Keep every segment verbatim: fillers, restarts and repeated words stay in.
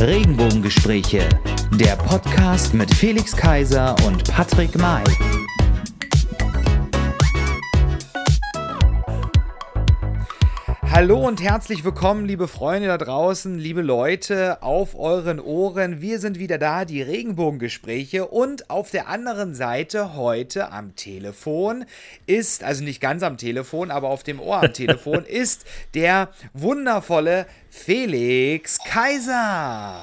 Regenbogengespräche, der Podcast mit Felix Kaiser und Patrick May. Hallo und herzlich willkommen, liebe Freunde da draußen, liebe Leute auf euren Ohren. Wir sind wieder da, die Regenbogengespräche, und auf der anderen Seite heute am Telefon ist, also nicht ganz am Telefon, aber auf dem Ohr am Telefon ist der wundervolle Felix Kaiser.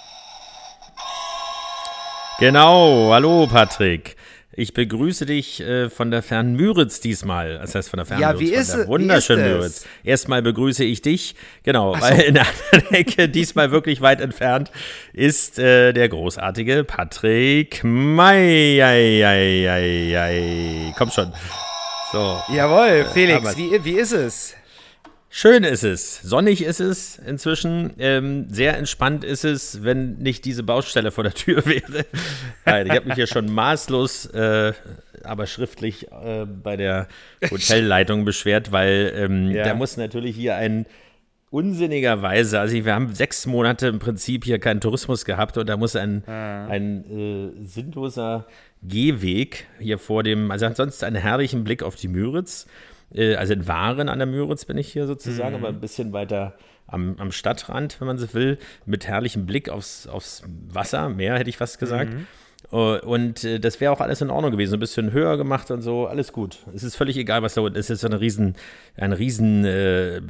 Genau, hallo Patrick. Ich begrüße dich äh, von der fernen Müritz diesmal. Das heißt von der fernen Ja, Müritz, wie ist, von der wunderschönen wie ist Müritz. Erstmal begrüße ich dich, genau, Ach weil so. in der anderen Ecke, diesmal wirklich weit entfernt, ist äh, der großartige Patrick May. Ei, ei, ei, ei. Komm schon. So. Jawohl, Äh, Felix, aber- wie, wie ist es? Schön ist es, sonnig ist es inzwischen, ähm, sehr entspannt ist es, wenn nicht diese Baustelle vor der Tür wäre. Nein, ich habe mich hier schon maßlos, äh, aber schriftlich äh, bei der Hotelleitung beschwert, weil ähm, Ja. da muss natürlich hier ein unsinnigerweise, also wir haben sechs Monate im Prinzip hier keinen Tourismus gehabt, und da muss ein, ein äh, sinnloser Gehweg hier vor dem, also ansonsten einen herrlichen Blick auf die Müritz. Also in Waren an der Müritz bin ich hier sozusagen, Mhm. aber ein bisschen weiter am, am Stadtrand, wenn man so will, mit herrlichem Blick aufs, aufs Wasser, Meer hätte ich fast gesagt. Mhm. Uh, Und äh, das wäre auch alles in Ordnung gewesen, ein bisschen höher gemacht und so, alles gut. Es ist völlig egal, was da unten ist. Es ist so eine riesen, ein riesen äh,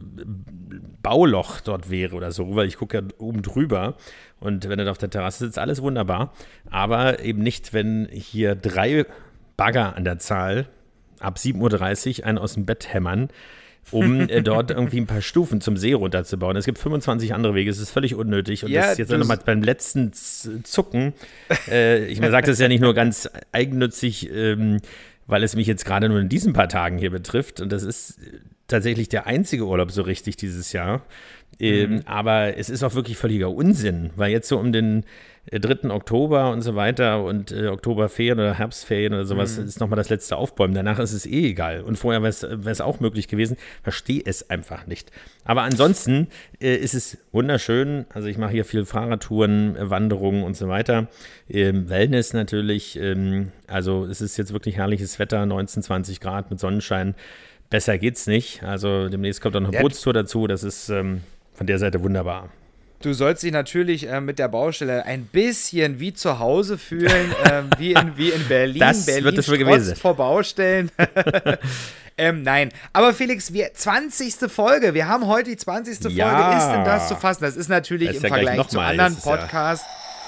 Bauloch dort wäre oder so, weil ich gucke ja oben drüber, und wenn er da auf der Terrasse sitzt, alles wunderbar. Aber eben nicht, wenn hier drei Bagger an der Zahl ab sieben Uhr dreißig einen aus dem Bett hämmern, um äh, dort irgendwie ein paar Stufen zum See runterzubauen. Es gibt fünfundzwanzig andere Wege, es ist völlig unnötig. Und Ja, das ist jetzt du- nochmal beim letzten Z- Zucken. Äh, ich sage das ja nicht nur ganz eigennützig, ähm, weil es mich jetzt gerade nur in diesen paar Tagen hier betrifft. Und das ist tatsächlich der einzige Urlaub so richtig dieses Jahr. Ähm, Mhm. Aber es ist auch wirklich völliger Unsinn, weil jetzt so um den äh, dritten Oktober und so weiter und äh, Oktoberferien oder Herbstferien oder sowas Mhm. ist nochmal das letzte Aufbäumen. Danach ist es eh egal. Und vorher wäre es auch möglich gewesen. Verstehe es einfach nicht. Aber ansonsten äh, ist es wunderschön. Also ich mache hier viel Fahrradtouren, äh, Wanderungen und so weiter. Ähm, Wellness natürlich. Ähm, also es ist jetzt wirklich herrliches Wetter, neunzehn, zwanzig Grad mit Sonnenschein. Besser geht's nicht. Also demnächst kommt auch noch eine Ja. Bootstour dazu. Das ist ähm, von der Seite wunderbar. Du sollst dich natürlich äh, mit der Baustelle ein bisschen wie zu Hause fühlen, ähm, wie, in, wie in Berlin. Das Berlin wird es wohl strotzt gewesen sein. vor Baustellen. ähm, nein, aber Felix, wir, zwanzigste Folge, wir haben heute die zwanzigste Ja. Folge. Ist denn das zu fassen? Das ist natürlich Das ist im ja gleich Vergleich noch zu mal, anderen das ist ja- Podcasts.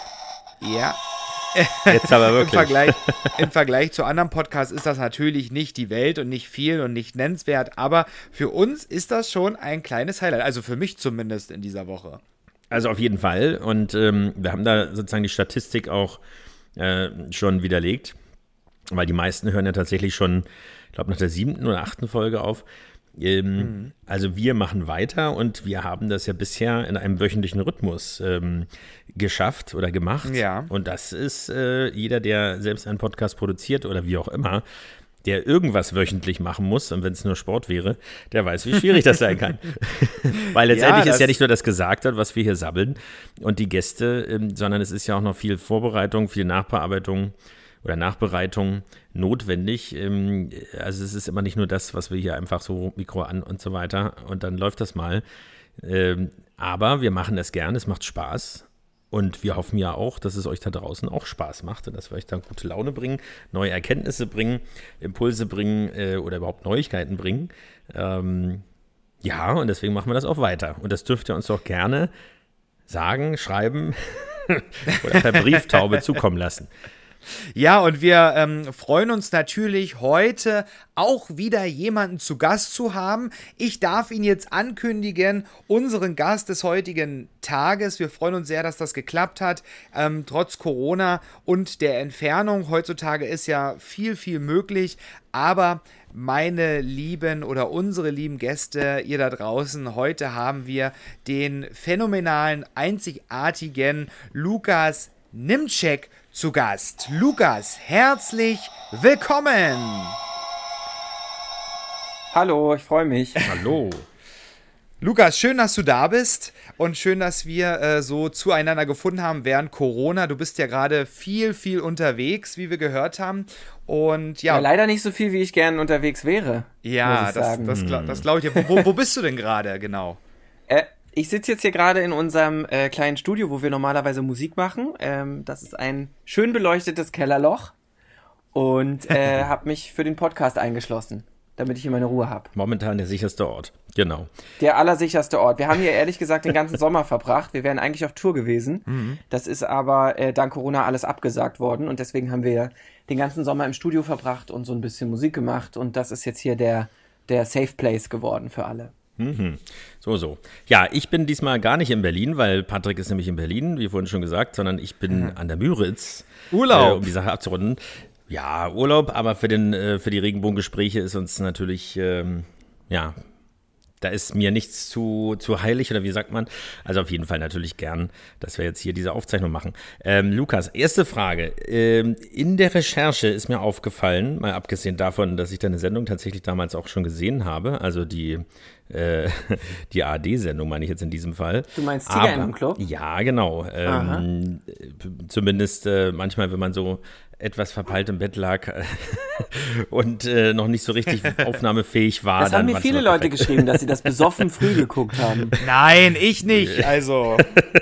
Ja, Jetzt aber Im wirklich. Vergleich, im Vergleich zu anderen Podcasts ist das natürlich nicht die Welt und nicht viel und nicht nennenswert, aber für uns ist das schon ein kleines Highlight, also für mich zumindest in dieser Woche. Also auf jeden Fall. Und ähm, wir haben da sozusagen die Statistik auch äh, schon widerlegt, weil die meisten hören ja tatsächlich schon, ich glaube, nach der siebten oder achten Folge auf. Ähm, Mhm. Also wir machen weiter, und wir haben das ja bisher in einem wöchentlichen Rhythmus ähm, geschafft oder gemacht. Ja. Und das ist äh, jeder, der selbst einen Podcast produziert oder wie auch immer, der irgendwas wöchentlich machen muss, und wenn es nur Sport wäre, der weiß, wie schwierig das sein kann. Weil letztendlich das- ist ja nicht nur das Gesagte, was wir hier sabbeln und die Gäste, ähm, sondern es ist ja auch noch viel Vorbereitung, viel Nachbearbeitung oder Nachbereitung notwendig. Ähm, also es ist immer nicht nur das, was wir hier einfach so Mikro an und so weiter, und dann läuft das mal. Ähm, aber wir machen das gern, es macht Spaß. Und wir hoffen ja auch, dass es euch da draußen auch Spaß macht und dass wir euch da gute Laune bringen, neue Erkenntnisse bringen, Impulse bringen äh, oder überhaupt Neuigkeiten bringen. Ähm, ja, und deswegen machen wir das auch weiter. Und das dürft ihr uns doch gerne sagen, schreiben oder per Brieftaube zukommen lassen. Ja, und wir ähm, freuen uns natürlich heute auch wieder jemanden zu Gast zu haben. Ich darf ihn jetzt ankündigen, unseren Gast des heutigen Tages. Wir freuen uns sehr, dass das geklappt hat, ähm, trotz Corona und der Entfernung. Heutzutage ist ja viel, viel möglich, aber meine lieben oder unsere lieben Gäste, ihr da draußen, heute haben wir den phänomenalen, einzigartigen Lukas Nimczek zu Gast. Lukas, herzlich willkommen! Hallo, ich freue mich. Hallo. Lukas, schön, dass du da bist und schön, dass wir äh, so zueinander gefunden haben während Corona. Du bist ja gerade viel, viel unterwegs, wie wir gehört haben. Und ja, ja, leider nicht so viel, wie ich gern unterwegs wäre. Ja, muss ich das, sagen. das, das, das glaube ich dir. Wo, wo bist du denn gerade, genau? Äh, ich sitze jetzt hier gerade in unserem äh, kleinen Studio, wo wir normalerweise Musik machen. Ähm, das ist ein schön beleuchtetes Kellerloch und äh, habe mich für den Podcast eingeschlossen, damit ich hier meine Ruhe habe. Momentan der sicherste Ort, genau. Der allersicherste Ort. Wir haben hier ehrlich gesagt den ganzen Sommer verbracht. Wir wären eigentlich auf Tour gewesen. Mhm. Das ist aber äh, dank Corona alles abgesagt worden und deswegen haben wir den ganzen Sommer im Studio verbracht und so ein bisschen Musik gemacht und das ist jetzt hier der, der Safe Place geworden für alle. Mhm. So, so. Ja, ich bin diesmal gar nicht in Berlin, weil Patrick ist nämlich in Berlin, wie vorhin schon gesagt, sondern ich bin mhm. an der Müritz. Urlaub. Äh, um die Sache abzurunden. Ja, Urlaub, aber für, den, äh, für die Regenbogengespräche ist uns natürlich, ähm, ja, da ist mir nichts zu, zu heilig oder wie sagt man? Also auf jeden Fall natürlich gern, dass wir jetzt hier diese Aufzeichnung machen. Ähm, Lukas, erste Frage. Ähm, in der Recherche ist mir aufgefallen, mal abgesehen davon, dass ich deine Sendung tatsächlich damals auch schon gesehen habe, also die, äh, die A R D-Sendung meine ich jetzt in diesem Fall. Du meinst Tiger im Club? Ja, genau. Ähm, zumindest äh, manchmal, wenn man so etwas verpeilt im Bett lag und äh, noch nicht so richtig aufnahmefähig war. Das haben mir viele Leute geschrieben, dass sie das besoffen früh geguckt haben. Nein, ich nicht, also.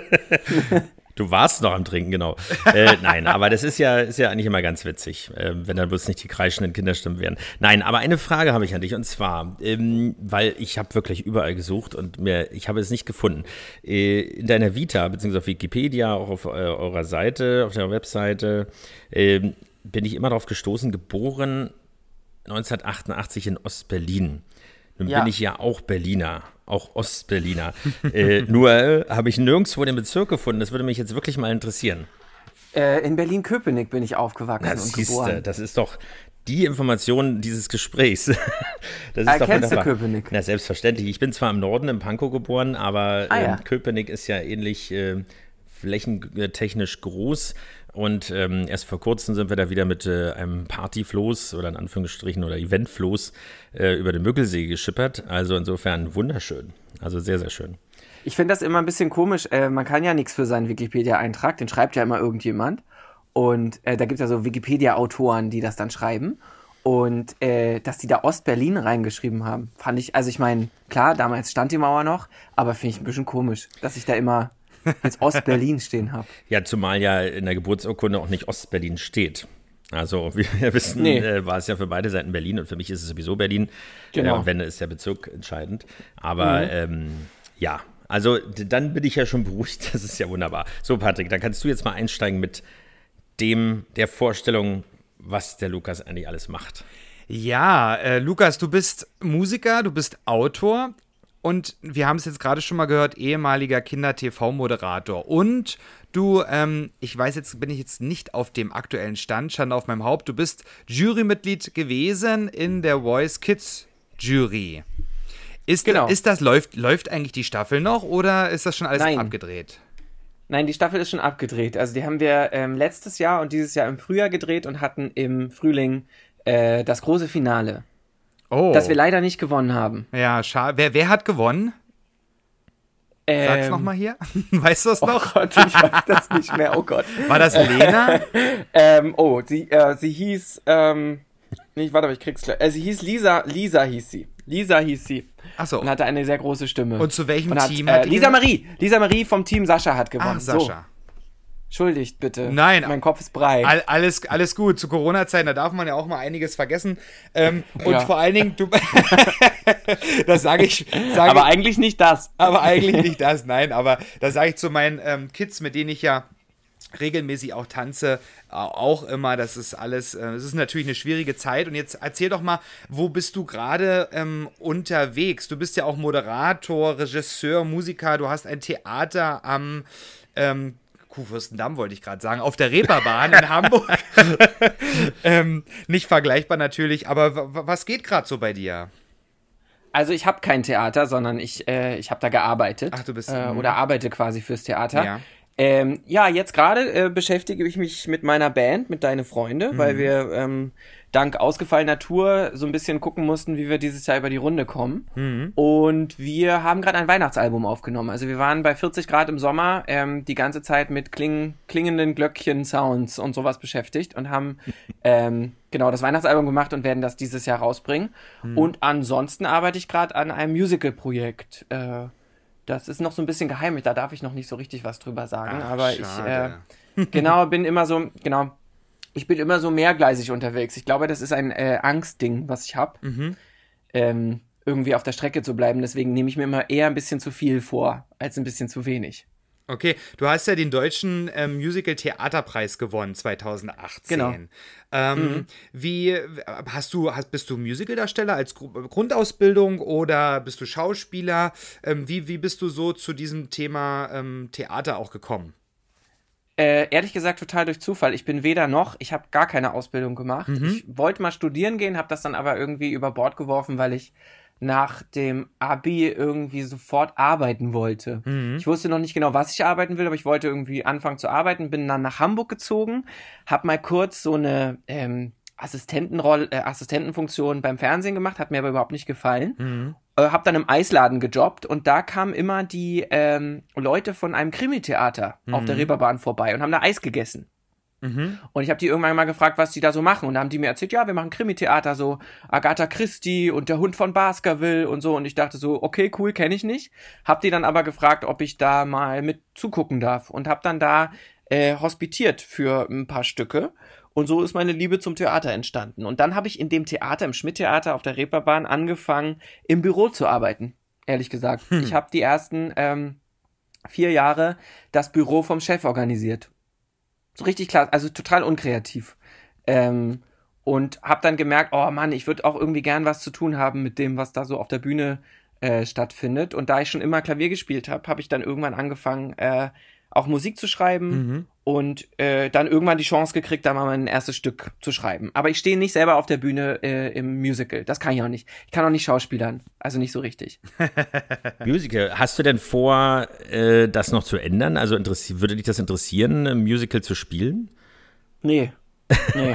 Du warst noch am Trinken, genau. Äh, nein, aber das ist ja, ist ja eigentlich immer ganz witzig, äh, wenn dann bloß nicht die kreischenden Kinderstimmen wären. Nein, aber eine Frage habe ich an dich und zwar, ähm, weil ich habe wirklich überall gesucht und mir, ich habe es nicht gefunden. Äh, in deiner Vita, beziehungsweise auf Wikipedia, auch auf äh, eurer Seite, auf der Webseite, äh, bin ich immer darauf gestoßen, geboren neunzehnhundertachtundachtzig in Ostberlin. Nun ja. bin ich ja auch Berliner, auch Ostberliner. äh, nur äh, habe ich nirgendwo den Bezirk gefunden. Das würde mich jetzt wirklich mal interessieren. Äh, in Berlin-Köpenick bin ich aufgewachsen Na, und siehste, geboren. Das ist doch die Information dieses Gesprächs. Das ist äh, doch kennst wunderbar. du Köpenick? Na, selbstverständlich. Ich bin zwar im Norden, in Pankow geboren, aber ah, ähm, ja. Köpenick ist ja ähnlich äh, flächentechnisch groß. Und ähm, erst vor kurzem sind wir da wieder mit äh, einem Partyfloß oder in Anführungsstrichen oder Eventfloß äh, über den Müggelsee geschippert. Also insofern wunderschön. Also sehr, sehr schön. Ich finde das immer ein bisschen komisch. Äh, man kann ja nichts für seinen Wikipedia-Eintrag. Den schreibt ja immer irgendjemand. Und äh, da gibt es ja so Wikipedia-Autoren, die das dann schreiben. Und äh, dass die da Ostberlin reingeschrieben haben, fand ich, also ich meine, klar, damals stand die Mauer noch, aber finde ich ein bisschen komisch, dass ich da immer jetzt Ostberlin stehen habe. Ja, zumal ja in der Geburtsurkunde auch nicht Ostberlin steht. Also, wie wir wissen, nee. äh, war es ja für beide Seiten Berlin und für mich ist es sowieso Berlin. Genau. Äh, und wenn, ist der Bezirk entscheidend. Aber mhm. ähm, ja, also dann bin ich ja schon beruhigt. Das ist ja wunderbar. So, Patrick, dann kannst du jetzt mal einsteigen mit dem, der Vorstellung, was der Lukas eigentlich alles macht. Ja, äh, Lukas, du bist Musiker, du bist Autor. Und wir haben es jetzt gerade schon mal gehört, ehemaliger Kinder-T V-Moderator. Und du, ähm, ich weiß jetzt, bin ich jetzt nicht auf dem aktuellen Stand, Schande auf meinem Haupt, du bist Jurymitglied gewesen in der Voice Kids Jury. Ist, genau. ist das, läuft, läuft eigentlich die Staffel noch oder ist das schon alles Nein. abgedreht? Nein, die Staffel ist schon abgedreht. Also die haben wir ähm, letztes Jahr und dieses Jahr im Frühjahr gedreht und hatten im Frühling äh, das große Finale. Oh. Das wir leider nicht gewonnen haben. Ja, schade. Wer, wer hat gewonnen? Ähm, Sag's nochmal hier. Weißt du das noch? Oh Gott, ich weiß das nicht mehr. Oh Gott. War das Lena? ähm, oh, sie, äh, sie hieß, ähm, nicht, warte, aber ich krieg's gleich. Äh, sie hieß Lisa, Lisa hieß sie. Lisa hieß sie. Ach so. Und hatte eine sehr große Stimme. Und zu welchem hat, Team äh, hat die Lisa gewonnen? Marie. Lisa Marie vom Team Sascha hat gewonnen. Ach, Sascha. So. Entschuldigt bitte. Nein. Mein Kopf ist brei. All, alles, alles gut. Zu Corona-Zeiten, da darf man ja auch mal einiges vergessen. Ähm, und Ja. vor allen Dingen, du, das sage ich, sag aber ich, eigentlich nicht das. aber eigentlich nicht das, nein, aber das sage ich zu meinen ähm, Kids, mit denen ich ja regelmäßig auch tanze, auch immer, das ist alles, äh, es ist natürlich eine schwierige Zeit. Und jetzt erzähl doch mal, wo bist du gerade ähm, unterwegs? Du bist ja auch Moderator, Regisseur, Musiker, du hast ein Theater am ähm, Kurfürstendamm, wollte ich gerade sagen, auf der Reeperbahn in Hamburg. ähm, nicht vergleichbar natürlich, aber w- was geht gerade so bei dir? Also ich habe kein Theater, sondern ich, äh, ich habe da gearbeitet. Ach, du bist- äh, oder arbeite quasi fürs Theater. Ja. Ähm, ja, jetzt gerade äh, beschäftige ich mich mit meiner Band, mit Deine Freunde, Mhm. weil wir ähm, dank ausgefallener Tour so ein bisschen gucken mussten, wie wir dieses Jahr über die Runde kommen. Mhm. Und wir haben gerade ein Weihnachtsalbum aufgenommen. Also wir waren bei vierzig Grad im Sommer ähm, die ganze Zeit mit kling- klingenden Glöckchen-Sounds und sowas beschäftigt und haben ähm, genau das Weihnachtsalbum gemacht und werden das dieses Jahr rausbringen. Mhm. Und ansonsten arbeite ich gerade an einem Musical-Projekt. Äh, das ist noch so ein bisschen geheim, da darf ich noch nicht so richtig was drüber sagen. Ach, aber schade. ich äh, genau bin immer so, genau, ich bin immer so mehrgleisig unterwegs. Ich glaube, das ist ein äh, Angstding, was ich habe, mhm. ähm, irgendwie auf der Strecke zu bleiben. Deswegen nehme ich mir immer eher ein bisschen zu viel vor, als ein bisschen zu wenig. Okay, du hast ja den deutschen ähm, Musical-Theaterpreis gewonnen zwanzig achtzehn. Genau. Ähm, mhm. Wie hast du, hast, bist du Musicaldarsteller als Gru- Grundausbildung oder bist du Schauspieler? Ähm, wie, wie bist du so zu diesem Thema ähm, Theater auch gekommen? Äh, ehrlich gesagt total durch Zufall. Ich bin weder noch, ich habe gar keine Ausbildung gemacht. Mhm. Ich wollte mal studieren gehen, habe das dann aber irgendwie über Bord geworfen, weil ich nach dem Abi irgendwie sofort arbeiten wollte. Mhm. Ich wusste noch nicht genau, was ich arbeiten will, aber ich wollte irgendwie anfangen zu arbeiten, bin dann nach Hamburg gezogen, habe mal kurz so eine ähm, Assistentenrolle, äh, Assistentenfunktion beim Fernsehen gemacht, hat mir aber überhaupt nicht gefallen. Mhm. Äh, hab dann im Eisladen gejobbt und da kamen immer die ähm, Leute von einem Krimi-Theater mhm. auf der Reeperbahn vorbei und haben da Eis gegessen. Mhm. Und ich habe die irgendwann mal gefragt, was die da so machen. Und da haben die mir erzählt, ja, wir machen Krimi-Theater, so Agatha Christie und der Hund von Baskerville und so. Und ich dachte so, okay, cool, kenne ich nicht. Hab die dann aber gefragt, ob ich da mal mit zugucken darf. Und hab dann da äh, hospitiert für ein paar Stücke. Und so ist meine Liebe zum Theater entstanden. Und dann habe ich in dem Theater, im Schmidt-Theater auf der Reeperbahn angefangen, im Büro zu arbeiten, ehrlich gesagt. Hm. Ich habe die ersten ähm, vier Jahre das Büro vom Chef organisiert. So richtig klar, also total unkreativ. Ähm, und habe dann gemerkt, oh Mann, ich würde auch irgendwie gern was zu tun haben mit dem, was da so auf der Bühne äh, stattfindet. Und da ich schon immer Klavier gespielt habe, habe ich dann irgendwann angefangen, äh, auch Musik zu schreiben mhm. und äh, dann irgendwann die Chance gekriegt, da mal mein erstes Stück zu schreiben. Aber ich stehe nicht selber auf der Bühne äh, im Musical. Das kann ich auch nicht. Ich kann auch nicht schauspielern. Also nicht so richtig. Musical. Hast du denn vor, äh, das noch zu ändern? Also interessi- würde dich das interessieren, ein Musical zu spielen? Nee. Nee.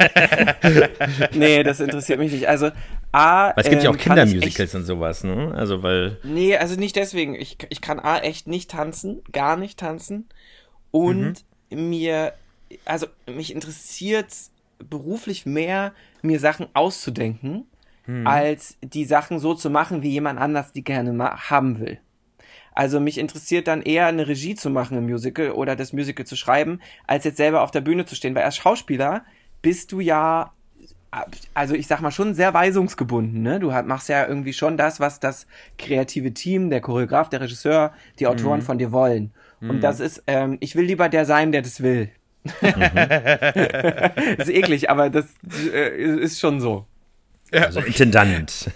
Nee, das interessiert mich nicht. Also, A. Weil es gibt ähm, ja auch Kindermusicals echt, und sowas, ne? Also, weil. Nee, also nicht deswegen. Ich, ich kann A. echt nicht tanzen, gar nicht tanzen. Und mhm. mir, also, mich interessiert beruflich mehr, mir Sachen auszudenken, mhm. als die Sachen so zu machen, wie jemand anders die gerne ma- haben will. Also mich interessiert dann eher, eine Regie zu machen im Musical oder das Musical zu schreiben, als jetzt selber auf der Bühne zu stehen. Weil als Schauspieler bist du ja, also ich sag mal schon sehr weisungsgebunden, ne? Du machst ja irgendwie schon das, was das kreative Team, der Choreograf, der Regisseur, die Autoren mhm. von dir wollen. Mhm. Und das ist, ähm, ich will lieber der sein, der das will. Mhm. Das ist eklig, aber das äh, ist schon so. Also Intendant.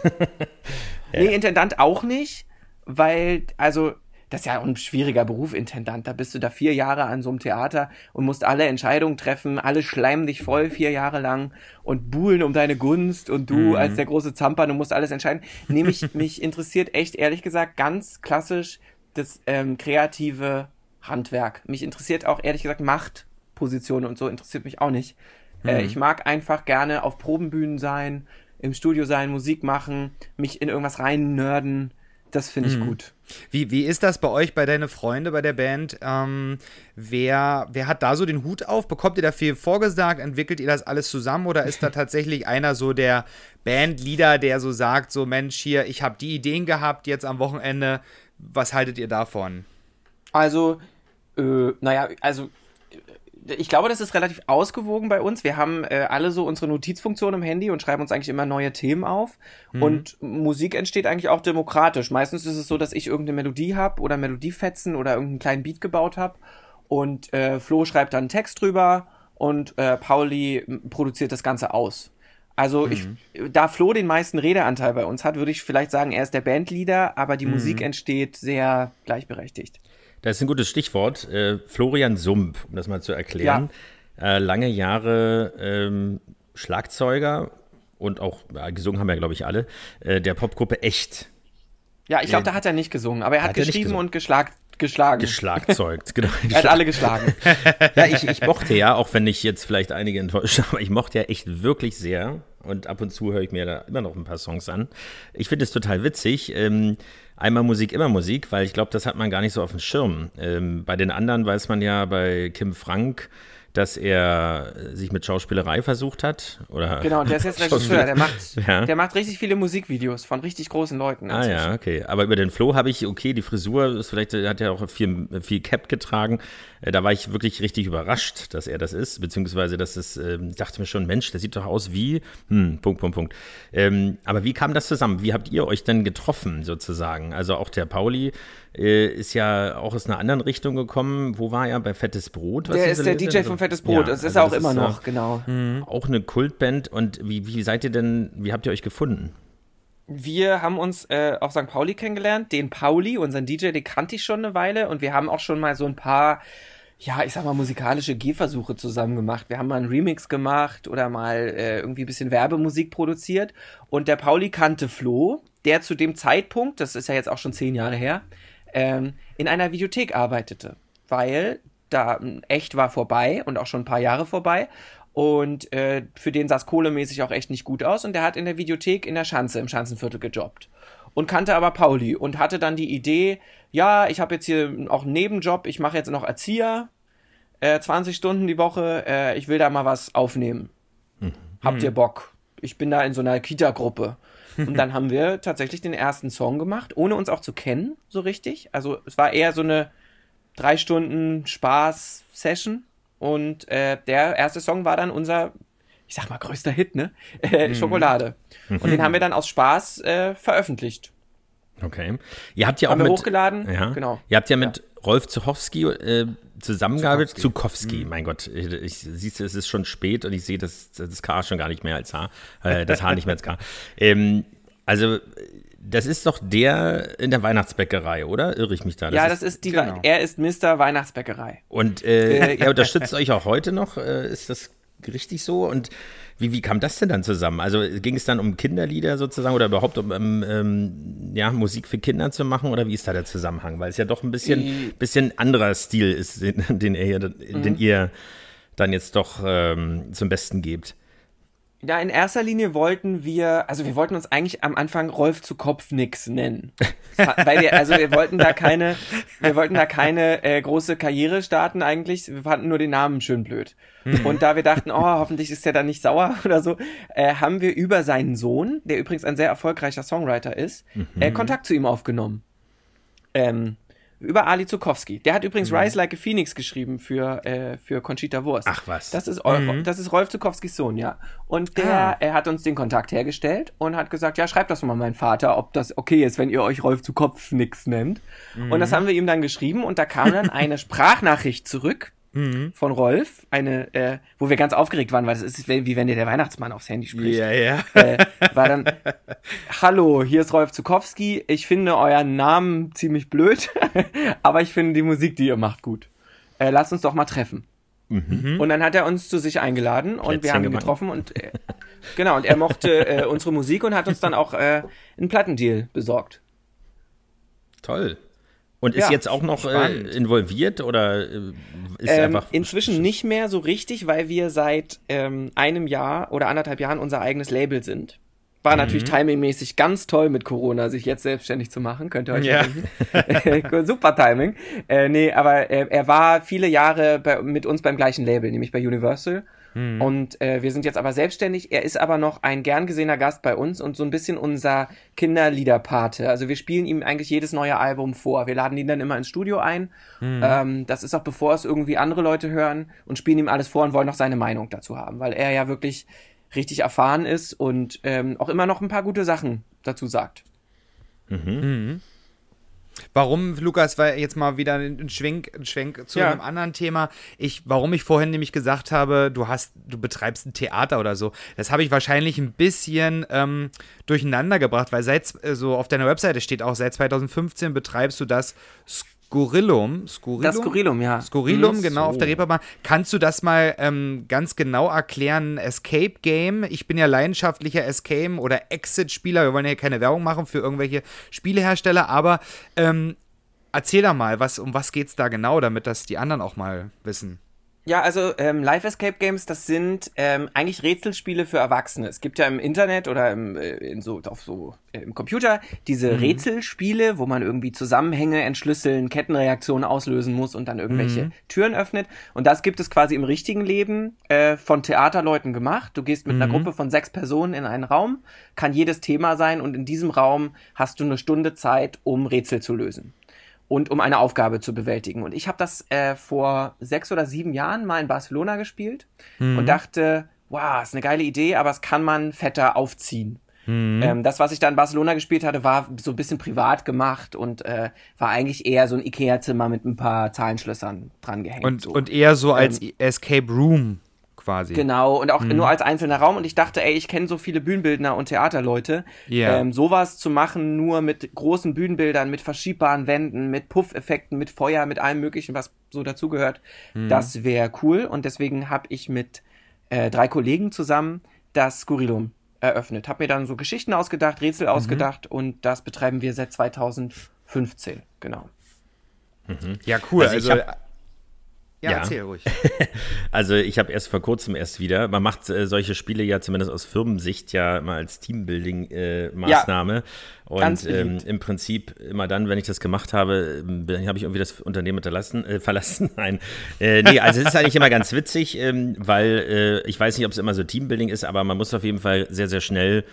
Nee, Intendant auch nicht. Weil, also, das ist ja ein schwieriger Beruf, Intendant. Da bist du da vier Jahre an so einem Theater und musst alle Entscheidungen treffen. Alle schleimen dich voll vier Jahre lang und buhlen um deine Gunst. Und du mhm. als der große Zamper, du musst alles entscheiden. Nämlich, mich interessiert echt, ehrlich gesagt, ganz klassisch das ähm, kreative Handwerk. Mich interessiert auch, ehrlich gesagt, Machtpositionen und so interessiert mich auch nicht. Mhm. Äh, ich mag einfach gerne auf Probenbühnen sein, im Studio sein, Musik machen, mich in irgendwas rein nörden. Das finde ich mhm. gut. Wie, wie ist das bei euch, bei deinen Freunden, bei der Band? Ähm, wer, wer hat da so den Hut auf? Bekommt ihr da viel vorgesagt? Entwickelt ihr das alles zusammen? Oder ist da tatsächlich einer so der Bandleader, der so sagt, so Mensch, hier, ich habe die Ideen gehabt jetzt am Wochenende. Was haltet ihr davon? Also, äh, naja, also ich glaube, das ist relativ ausgewogen bei uns. Wir haben äh, alle so unsere Notizfunktion im Handy und schreiben uns eigentlich immer neue Themen auf. Mhm. Und Musik entsteht eigentlich auch demokratisch. Meistens ist es so, dass ich irgendeine Melodie habe oder Melodiefetzen oder irgendeinen kleinen Beat gebaut habe. Und äh, Flo schreibt dann einen Text drüber und äh, Pauli produziert das Ganze aus. Also mhm. ich, da Flo den meisten Redeanteil bei uns hat, würde ich vielleicht sagen, er ist der Bandleader, aber die mhm. Musik entsteht sehr gleichberechtigt. Das ist ein gutes Stichwort. Äh, Florian Sump, um das mal zu erklären. Ja. Äh, lange Jahre ähm, Schlagzeuger und auch, ja, gesungen haben ja, glaube ich, alle, äh, der Popgruppe Echt. Ja, ich glaube, da hat er nicht gesungen, aber er hat, hat geschrieben und geschlag, geschlagen. Geschlagzeugt, genau. Er hat alle geschlagen. Ja, ich, ich mochte ja, auch wenn ich jetzt vielleicht einige enttäuscht habe, aber ich mochte ja echt wirklich sehr. Und ab und zu höre ich mir da immer noch ein paar Songs an. Ich finde es total witzig. Ähm, einmal Musik, immer Musik, weil ich glaube, das hat man gar nicht so auf dem Schirm. Ähm, bei den anderen weiß man ja, bei Kim Frank, dass er sich mit Schauspielerei versucht hat. Oder genau, der ist jetzt Regisseur. Der macht, ja. der macht richtig viele Musikvideos von richtig großen Leuten. Ah ja, okay. Aber über den Flo habe ich, okay, die Frisur ist vielleicht, hat er auch viel, viel Cap getragen. Da war ich wirklich richtig überrascht, dass er das ist. Beziehungsweise, dass es, ähm, dachte mir schon, Mensch, der sieht doch aus wie, hm, Punkt, Punkt, Punkt. Ähm, aber wie kam das zusammen? Wie habt ihr euch denn getroffen, sozusagen? Also auch der Pauli äh, ist ja auch aus einer anderen Richtung gekommen. Wo war er? Bei Fettes Brot? Was der ist der D J von Fettes Brot. Ja, das ist also er auch das immer ist, noch, genau. Mhm. Auch eine Kultband. Und wie, wie seid ihr denn, wie habt ihr euch gefunden? Wir haben uns äh, auf Sankt Pauli kennengelernt. Den Pauli, unseren D J, den kannte ich schon eine Weile. Und wir haben auch schon mal so ein paar, ja, ich sag mal, musikalische Gehversuche zusammen gemacht. Wir haben mal einen Remix gemacht oder mal äh, irgendwie ein bisschen Werbemusik produziert. Und der Pauli kannte Flo, der zu dem Zeitpunkt, das ist ja jetzt auch schon zehn Jahre her, ähm, in einer Videothek arbeitete. Weil da echt war vorbei und auch schon ein paar Jahre vorbei. Und äh, für den sah es kohlemäßig auch echt nicht gut aus. Und der hat in der Videothek in der Schanze, im Schanzenviertel gejobbt. Und kannte aber Pauli und hatte dann die Idee, ja, ich habe jetzt hier auch einen Nebenjob, ich mache jetzt noch Erzieher, äh, zwanzig Stunden die Woche, äh, ich will da mal was aufnehmen. Mhm. Habt ihr Bock? Ich bin da in so einer Kita-Gruppe. Und dann haben wir tatsächlich den ersten Song gemacht, ohne uns auch zu kennen, so richtig. Also es war eher so eine drei Stunden Spaß-Session. Und äh, der erste Song war dann unser, ich sag mal, größter Hit, ne? Äh, mhm. Schokolade. Und den haben wir dann aus Spaß äh, veröffentlicht. Okay. Ihr habt ja auch haben wir mit, hochgeladen. Ja. Genau. Ihr habt ja mit ja. Rolf Zuchowski äh, zusammengearbeitet. Zuchowski, Zuchowski. Mhm. Mein Gott. Ich, ich siehst du, es ist schon spät und ich sehe das, das K schon gar nicht mehr als H. Äh, das H nicht mehr als K. Ähm, also das ist doch der in der Weihnachtsbäckerei, oder? Irre ich mich da? Das ja, das ist, ist die, genau. Er ist Mister Weihnachtsbäckerei. Und äh, er unterstützt euch auch heute noch, äh, ist das richtig so? Und wie, wie kam das denn dann zusammen? Also ging es dann um Kinderlieder sozusagen oder überhaupt um ähm, ja, Musik für Kinder zu machen oder wie ist da der Zusammenhang? Weil es ja doch ein bisschen, bisschen anderer Stil ist, den, den, ihr, mhm. den ihr dann jetzt doch ähm, zum Besten gebt. Ja, in erster Linie wollten wir, also wir wollten uns eigentlich am Anfang Rolf zu Kopf nix nennen. Weil wir, also wir wollten da keine, wir wollten da keine äh, große Karriere starten eigentlich. Wir fanden nur den Namen schön blöd. Mhm. Und da wir dachten, oh, hoffentlich ist der dann nicht sauer oder so, äh, haben wir über seinen Sohn, der übrigens ein sehr erfolgreicher Songwriter ist, mhm. äh, Kontakt zu ihm aufgenommen. Ähm, Über Ali Zuchowski. Der hat übrigens mhm. Rise Like a Phoenix geschrieben für, äh, für Conchita Wurst. Ach was. Das ist, mhm. das ist Rolf Zuchowskis Sohn, ja. Und der ah. er hat uns den Kontakt hergestellt und hat gesagt, ja, schreibt das doch mal meinen Vater, ob das okay ist, wenn ihr euch Rolf zu Kopfnix nennt. Mhm. Und das haben wir ihm dann geschrieben und da kam dann eine Sprachnachricht zurück mhm. von Rolf, eine, äh, wo wir ganz aufgeregt waren, weil das ist wie wenn dir der Weihnachtsmann aufs Handy spricht. Ja, ja. Äh, war dann, hallo, hier ist Rolf Zuchowski, ich finde euren Namen ziemlich blöd, aber ich finde die Musik, die ihr macht, gut. Äh, lasst uns doch mal treffen. Mhm. Und dann hat er uns zu sich eingeladen und Plätzchen wir haben ihn gemacht. getroffen und äh, genau, und er mochte äh, unsere Musik und hat uns dann auch äh, einen Plattendeal besorgt. Toll. Und ist ja, jetzt auch noch äh, involviert oder äh, ist ähm, einfach... Inzwischen nicht mehr so richtig, weil wir seit ähm, einem Jahr oder anderthalb Jahren unser eigenes Label sind. War mhm. natürlich timingmäßig ganz toll mit Corona, sich jetzt selbstständig zu machen, könnt ihr euch ja denken. Super Timing. Äh, nee, aber äh, er war viele Jahre bei, mit uns beim gleichen Label, nämlich bei Universal. Mhm. Und äh, wir sind jetzt aber selbstständig. Er ist aber noch ein gern gesehener Gast bei uns und so ein bisschen unser Kinderliederpate. Also wir spielen ihm eigentlich jedes neue Album vor. Wir laden ihn dann immer ins Studio ein. Mhm. Ähm, das ist auch bevor es irgendwie andere Leute hören und spielen ihm alles vor und wollen noch seine Meinung dazu haben, weil er ja wirklich richtig erfahren ist und ähm, auch immer noch ein paar gute Sachen dazu sagt. Mhm. Mhm. Warum, Lukas, weil jetzt mal wieder ein Schwenk, ein Schwenk zu ja. einem anderen Thema. Ich, warum ich vorhin nämlich gesagt habe, du hast, du betreibst ein Theater oder so, das habe ich wahrscheinlich ein bisschen ähm, durcheinander gebracht, weil seit, so auf deiner Webseite steht auch, seit zwanzig fünfzehn betreibst du das Skurrilum. Skurrilum? Das Skurrilum, ja. Skurrilum, mhm, genau, so. Auf der Reeperbahn. Kannst du das mal ähm, ganz genau erklären? Escape Game. Ich bin ja leidenschaftlicher Escape- oder Exit-Spieler. Wir wollen ja keine Werbung machen für irgendwelche Spielehersteller, aber ähm, erzähl doch mal, was, um was geht's da genau, damit das die anderen auch mal wissen. Ja, also ähm, Live Escape Games, das sind ähm, eigentlich Rätselspiele für Erwachsene. Es gibt ja im Internet oder im, äh, in so, auf so äh, im Computer diese mhm. Rätselspiele, wo man irgendwie Zusammenhänge entschlüsseln, Kettenreaktionen auslösen muss und dann irgendwelche mhm. Türen öffnet. Und das gibt es quasi im richtigen Leben äh, von Theaterleuten gemacht. Du gehst mit mhm. einer Gruppe von sechs Personen in einen Raum, kann jedes Thema sein und in diesem Raum hast du eine Stunde Zeit, um Rätsel zu lösen. Und um eine Aufgabe zu bewältigen. Und ich habe das äh, vor sechs oder sieben Jahren mal in Barcelona gespielt mhm. und dachte, wow, ist eine geile Idee, aber es kann man fetter aufziehen. Mhm. Ähm, das, was ich da in Barcelona gespielt hatte, war so ein bisschen privat gemacht und äh, war eigentlich eher so ein Ikea-Zimmer mit ein paar Zahlenschlössern dran gehängt. Und, so. und eher so als ähm, Escape Room quasi. Genau, und auch mhm. nur als einzelner Raum. Und ich dachte, ey, ich kenne so viele Bühnenbildner und Theaterleute. Yeah. Ähm, sowas zu machen, nur mit großen Bühnenbildern, mit verschiebbaren Wänden, mit Puff-Effekten, mit Feuer, mit allem Möglichen, was so dazugehört, mhm. das wäre cool. Und deswegen habe ich mit äh, drei Kollegen zusammen das Skurrilum eröffnet. Hab mir dann so Geschichten ausgedacht, Rätsel mhm. ausgedacht und das betreiben wir seit zweitausendfünfzehn, genau. Mhm. Ja, cool. Also, also Ja, ja, erzähl ruhig. Also ich habe erst vor kurzem erst wieder, man macht äh, solche Spiele ja zumindest aus Firmensicht ja mal als Teambuilding-Maßnahme. Äh, ja, und ähm, im Prinzip immer dann, wenn ich das gemacht habe, äh, habe ich irgendwie das Unternehmen hinterlassen, äh, verlassen. Nein, äh, nee, also es ist eigentlich immer ganz witzig, ähm, weil äh, ich weiß nicht, ob es immer so Teambuilding ist, aber man muss auf jeden Fall sehr, sehr schnell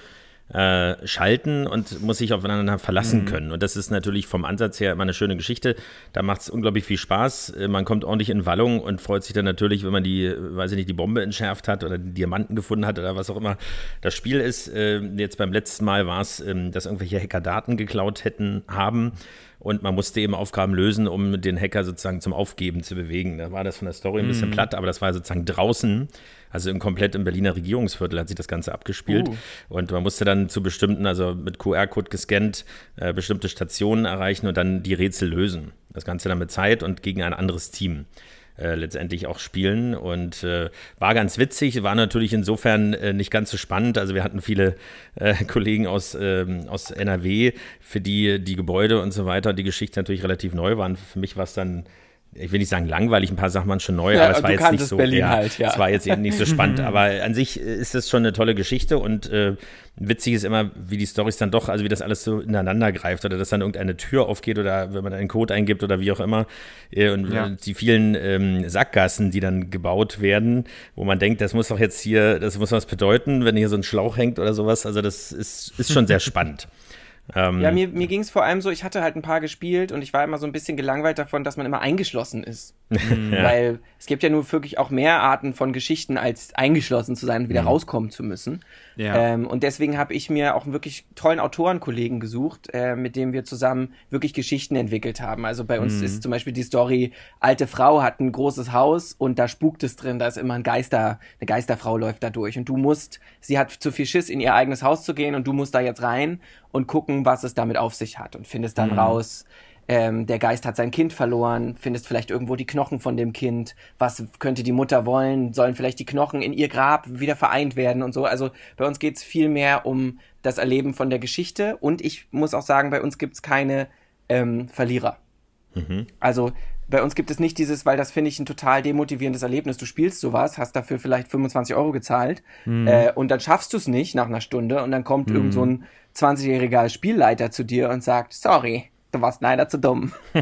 Äh, schalten und muss sich aufeinander verlassen mhm. können. Und das ist natürlich vom Ansatz her immer eine schöne Geschichte. Da macht es unglaublich viel Spaß. Man kommt ordentlich in Wallung und freut sich dann natürlich, wenn man die, weiß ich nicht, die Bombe entschärft hat oder die Diamanten gefunden hat oder was auch immer das Spiel ist. Äh, jetzt beim letzten Mal war es, äh, dass irgendwelche Hacker Daten geklaut hätten, haben. Und man musste eben Aufgaben lösen, um den Hacker sozusagen zum Aufgeben zu bewegen. Da war das von der Story ein bisschen mm. platt, aber das war sozusagen draußen, also im, komplett im Berliner Regierungsviertel hat sich das Ganze abgespielt. Uh. Und man musste dann zu bestimmten, also mit Q R-Code gescannt, äh, bestimmte Stationen erreichen und dann die Rätsel lösen. Das Ganze dann mit Zeit und gegen ein anderes Team. Äh, letztendlich auch spielen und äh, war ganz witzig, war natürlich insofern äh, nicht ganz so spannend, also wir hatten viele äh, Kollegen aus, ähm, aus N R W, für die die Gebäude und so weiter, die Geschichte natürlich relativ neu waren. Für mich war es dann, ich will nicht sagen langweilig, ein paar Sachen waren schon neu, ja, aber es war jetzt nicht so, Berlin ja, halt, ja. es war jetzt eben nicht so spannend, aber an sich ist das schon eine tolle Geschichte und äh, witzig ist immer, wie die Storys dann doch, also wie das alles so ineinander greift oder dass dann irgendeine Tür aufgeht oder wenn man einen Code eingibt oder wie auch immer äh, und ja. die vielen ähm, Sackgassen, die dann gebaut werden, wo man denkt, das muss doch jetzt hier, das muss was bedeuten, wenn hier so ein Schlauch hängt oder sowas, also das ist, ist schon sehr spannend. Ähm, ja, mir, mir ging es vor allem so, ich hatte halt ein paar gespielt und ich war immer so ein bisschen gelangweilt davon, dass man immer eingeschlossen ist. Ja. Weil es gibt ja nur wirklich auch mehr Arten von Geschichten, als eingeschlossen zu sein und wieder mhm. rauskommen zu müssen. Ja. Ähm, und deswegen habe ich mir auch einen wirklich tollen Autorenkollegen gesucht, äh, mit dem wir zusammen wirklich Geschichten entwickelt haben. Also bei uns mhm. ist zum Beispiel die Story, alte Frau hat ein großes Haus und da spukt es drin, da ist immer ein Geister, eine Geisterfrau läuft da durch und du musst, sie hat zu viel Schiss, in ihr eigenes Haus zu gehen und du musst da jetzt rein und gucken, was es damit auf sich hat und findest dann mhm. raus, ähm, der Geist hat sein Kind verloren, findest vielleicht irgendwo die Knochen von dem Kind, was könnte die Mutter wollen, sollen vielleicht die Knochen in ihr Grab wieder vereint werden und so. Also bei uns geht's viel mehr um das Erleben von der Geschichte und ich muss auch sagen, bei uns gibt's keine ähm, Verlierer. Mhm. Also bei uns gibt es nicht dieses, weil das finde ich ein total demotivierendes Erlebnis. Du spielst sowas, hast dafür vielleicht fünfundzwanzig Euro gezahlt mhm. äh, und dann schaffst du es nicht nach einer Stunde und dann kommt mhm. irgend so ein zwanzigjähriger Spielleiter zu dir und sagt, sorry, du warst leider zu dumm. Das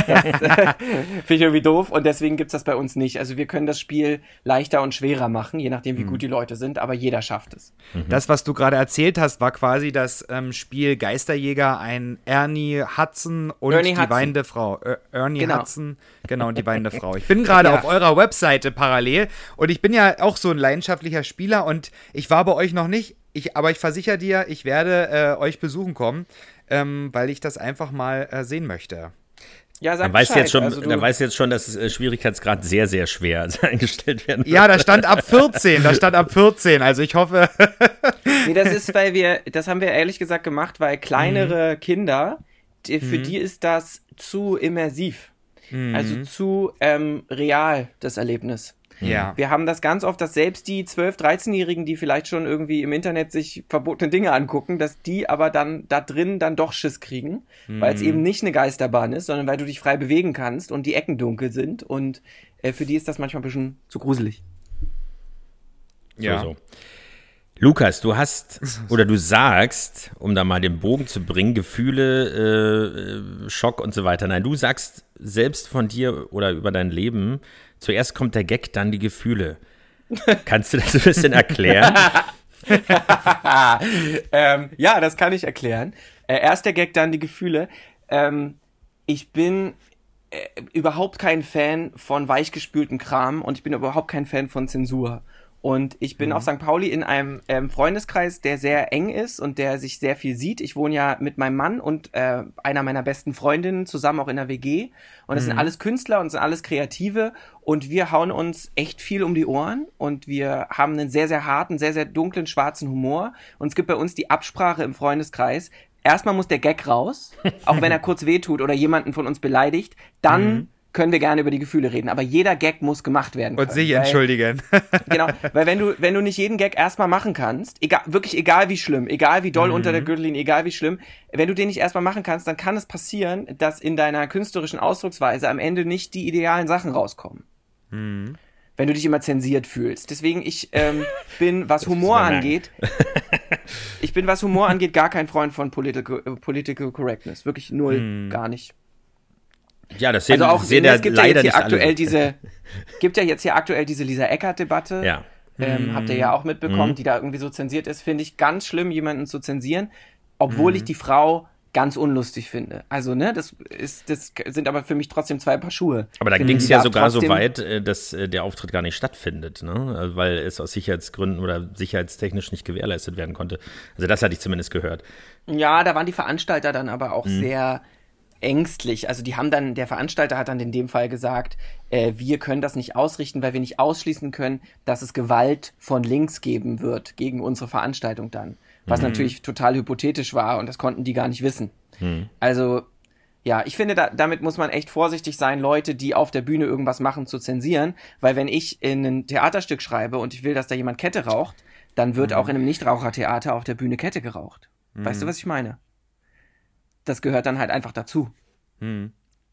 äh, finde ich irgendwie doof und deswegen gibt's das bei uns nicht. Also wir können das Spiel leichter und schwerer machen, je nachdem wie mhm. gut die Leute sind, aber jeder schafft es. Das, was du gerade erzählt hast, war quasi das ähm, Spiel Geisterjäger, ein Ernie Hudson und Ernie die Hudson. weinende Frau. Er- Ernie Genau. Hudson, genau, und die weinende Frau. Ich bin gerade Ja. auf eurer Webseite parallel und ich bin ja auch so ein leidenschaftlicher Spieler und ich war bei euch noch nicht, ich, aber ich versichere dir, ich werde äh, euch besuchen kommen, ähm, weil ich das einfach mal äh, sehen möchte. Ja, sag Dann weißt, Bescheid. jetzt schon, Also du- dann weißt du jetzt schon, dass äh, Schwierigkeitsgrad sehr, sehr schwer eingestellt werden Ja, da stand ab vierzehn, da stand ab vierzehn, also ich hoffe. Nee, das ist, weil wir, das haben wir ehrlich gesagt gemacht, weil kleinere Kinder, die, für die ist das zu immersiv. Also zu ähm, real, das Erlebnis. Ja. Wir haben das ganz oft, dass selbst die zwölf-, dreizehnjährigen, die vielleicht schon irgendwie im Internet sich verbotene Dinge angucken, dass die aber dann da drin dann doch Schiss kriegen, mhm. weil es eben nicht eine Geisterbahn ist, sondern weil du dich frei bewegen kannst und die Ecken dunkel sind und äh, für die ist das manchmal ein bisschen zu gruselig. Ja. So, so. Lukas, du hast oder du sagst, um da mal den Bogen zu bringen, Gefühle, äh, Schock und so weiter. Nein, du sagst selbst von dir oder über dein Leben, zuerst kommt der Gag, dann die Gefühle. Kannst du das ein bisschen erklären? ähm, ja, das kann ich erklären. Äh, erst der Gag, dann die Gefühle. Ähm, ich bin äh, überhaupt kein Fan von weichgespültem Kram und ich bin überhaupt kein Fan von Zensur. Und ich bin mhm. auf Sankt Pauli in einem ähm, Freundeskreis, der sehr eng ist und der sich sehr viel sieht. Ich wohne ja mit meinem Mann und äh, einer meiner besten Freundinnen zusammen auch in der W G. Und das mhm. sind alles Künstler und sind alles Kreative. Und wir hauen uns echt viel um die Ohren. Und wir haben einen sehr, sehr harten, sehr, sehr dunklen, schwarzen Humor. Und es gibt bei uns die Absprache im Freundeskreis. Erstmal muss der Gag raus, auch wenn er kurz wehtut oder jemanden von uns beleidigt. Dann... Mhm. können wir gerne über die Gefühle reden, aber jeder Gag muss gemacht werden können. Und sich entschuldigen. Genau, weil wenn du wenn du nicht jeden Gag erstmal machen kannst, egal, wirklich egal wie schlimm, egal wie doll mhm. unter der Gürtellinie, egal wie schlimm, wenn du den nicht erstmal machen kannst, dann kann es passieren, dass in deiner künstlerischen Ausdrucksweise am Ende nicht die idealen Sachen rauskommen. Mhm. Wenn du dich immer zensiert fühlst. Deswegen, ich ähm, bin, was Humor angeht, ich bin, was Humor angeht, gar kein Freund von Political, Political Correctness. Wirklich null, mhm. gar nicht. Ja, das sehen, also auch, sehen es gibt ja ja leider jetzt hier nicht aktuell alle. diese, gibt ja jetzt hier aktuell diese Lisa Eckert-Debatte. Ja. Ähm, mm. Habt ihr ja auch mitbekommen, mm. die da irgendwie so zensiert ist. Finde ich ganz schlimm, jemanden zu zensieren, obwohl mm. ich die Frau ganz unlustig finde. Also, ne, das ist, das sind aber für mich trotzdem zwei Paar Schuhe. Aber da Finde, ging es die ja darf sogar so trotzdem- weit, dass der Auftritt gar nicht stattfindet, ne? Also, weil es aus Sicherheitsgründen oder sicherheitstechnisch nicht gewährleistet werden konnte. Also das hatte ich zumindest gehört. Ja, da waren die Veranstalter dann aber auch Mhm. sehr ängstlich. Also die haben dann, der Veranstalter hat dann in dem Fall gesagt, äh, wir können das nicht ausrichten, weil wir nicht ausschließen können, dass es Gewalt von links geben wird gegen unsere Veranstaltung dann. Was Mhm. natürlich total hypothetisch war und das konnten die gar nicht wissen. Mhm. Also, ja, ich finde, da, damit muss man echt vorsichtig sein, Leute, die auf der Bühne irgendwas machen, zu zensieren, weil wenn ich in ein Theaterstück schreibe und ich will, dass da jemand Kette raucht, dann wird Mhm. auch in einem Nichtrauchertheater auf der Bühne Kette geraucht. Mhm. Weißt du, was ich meine? Das gehört dann halt einfach dazu. Hm.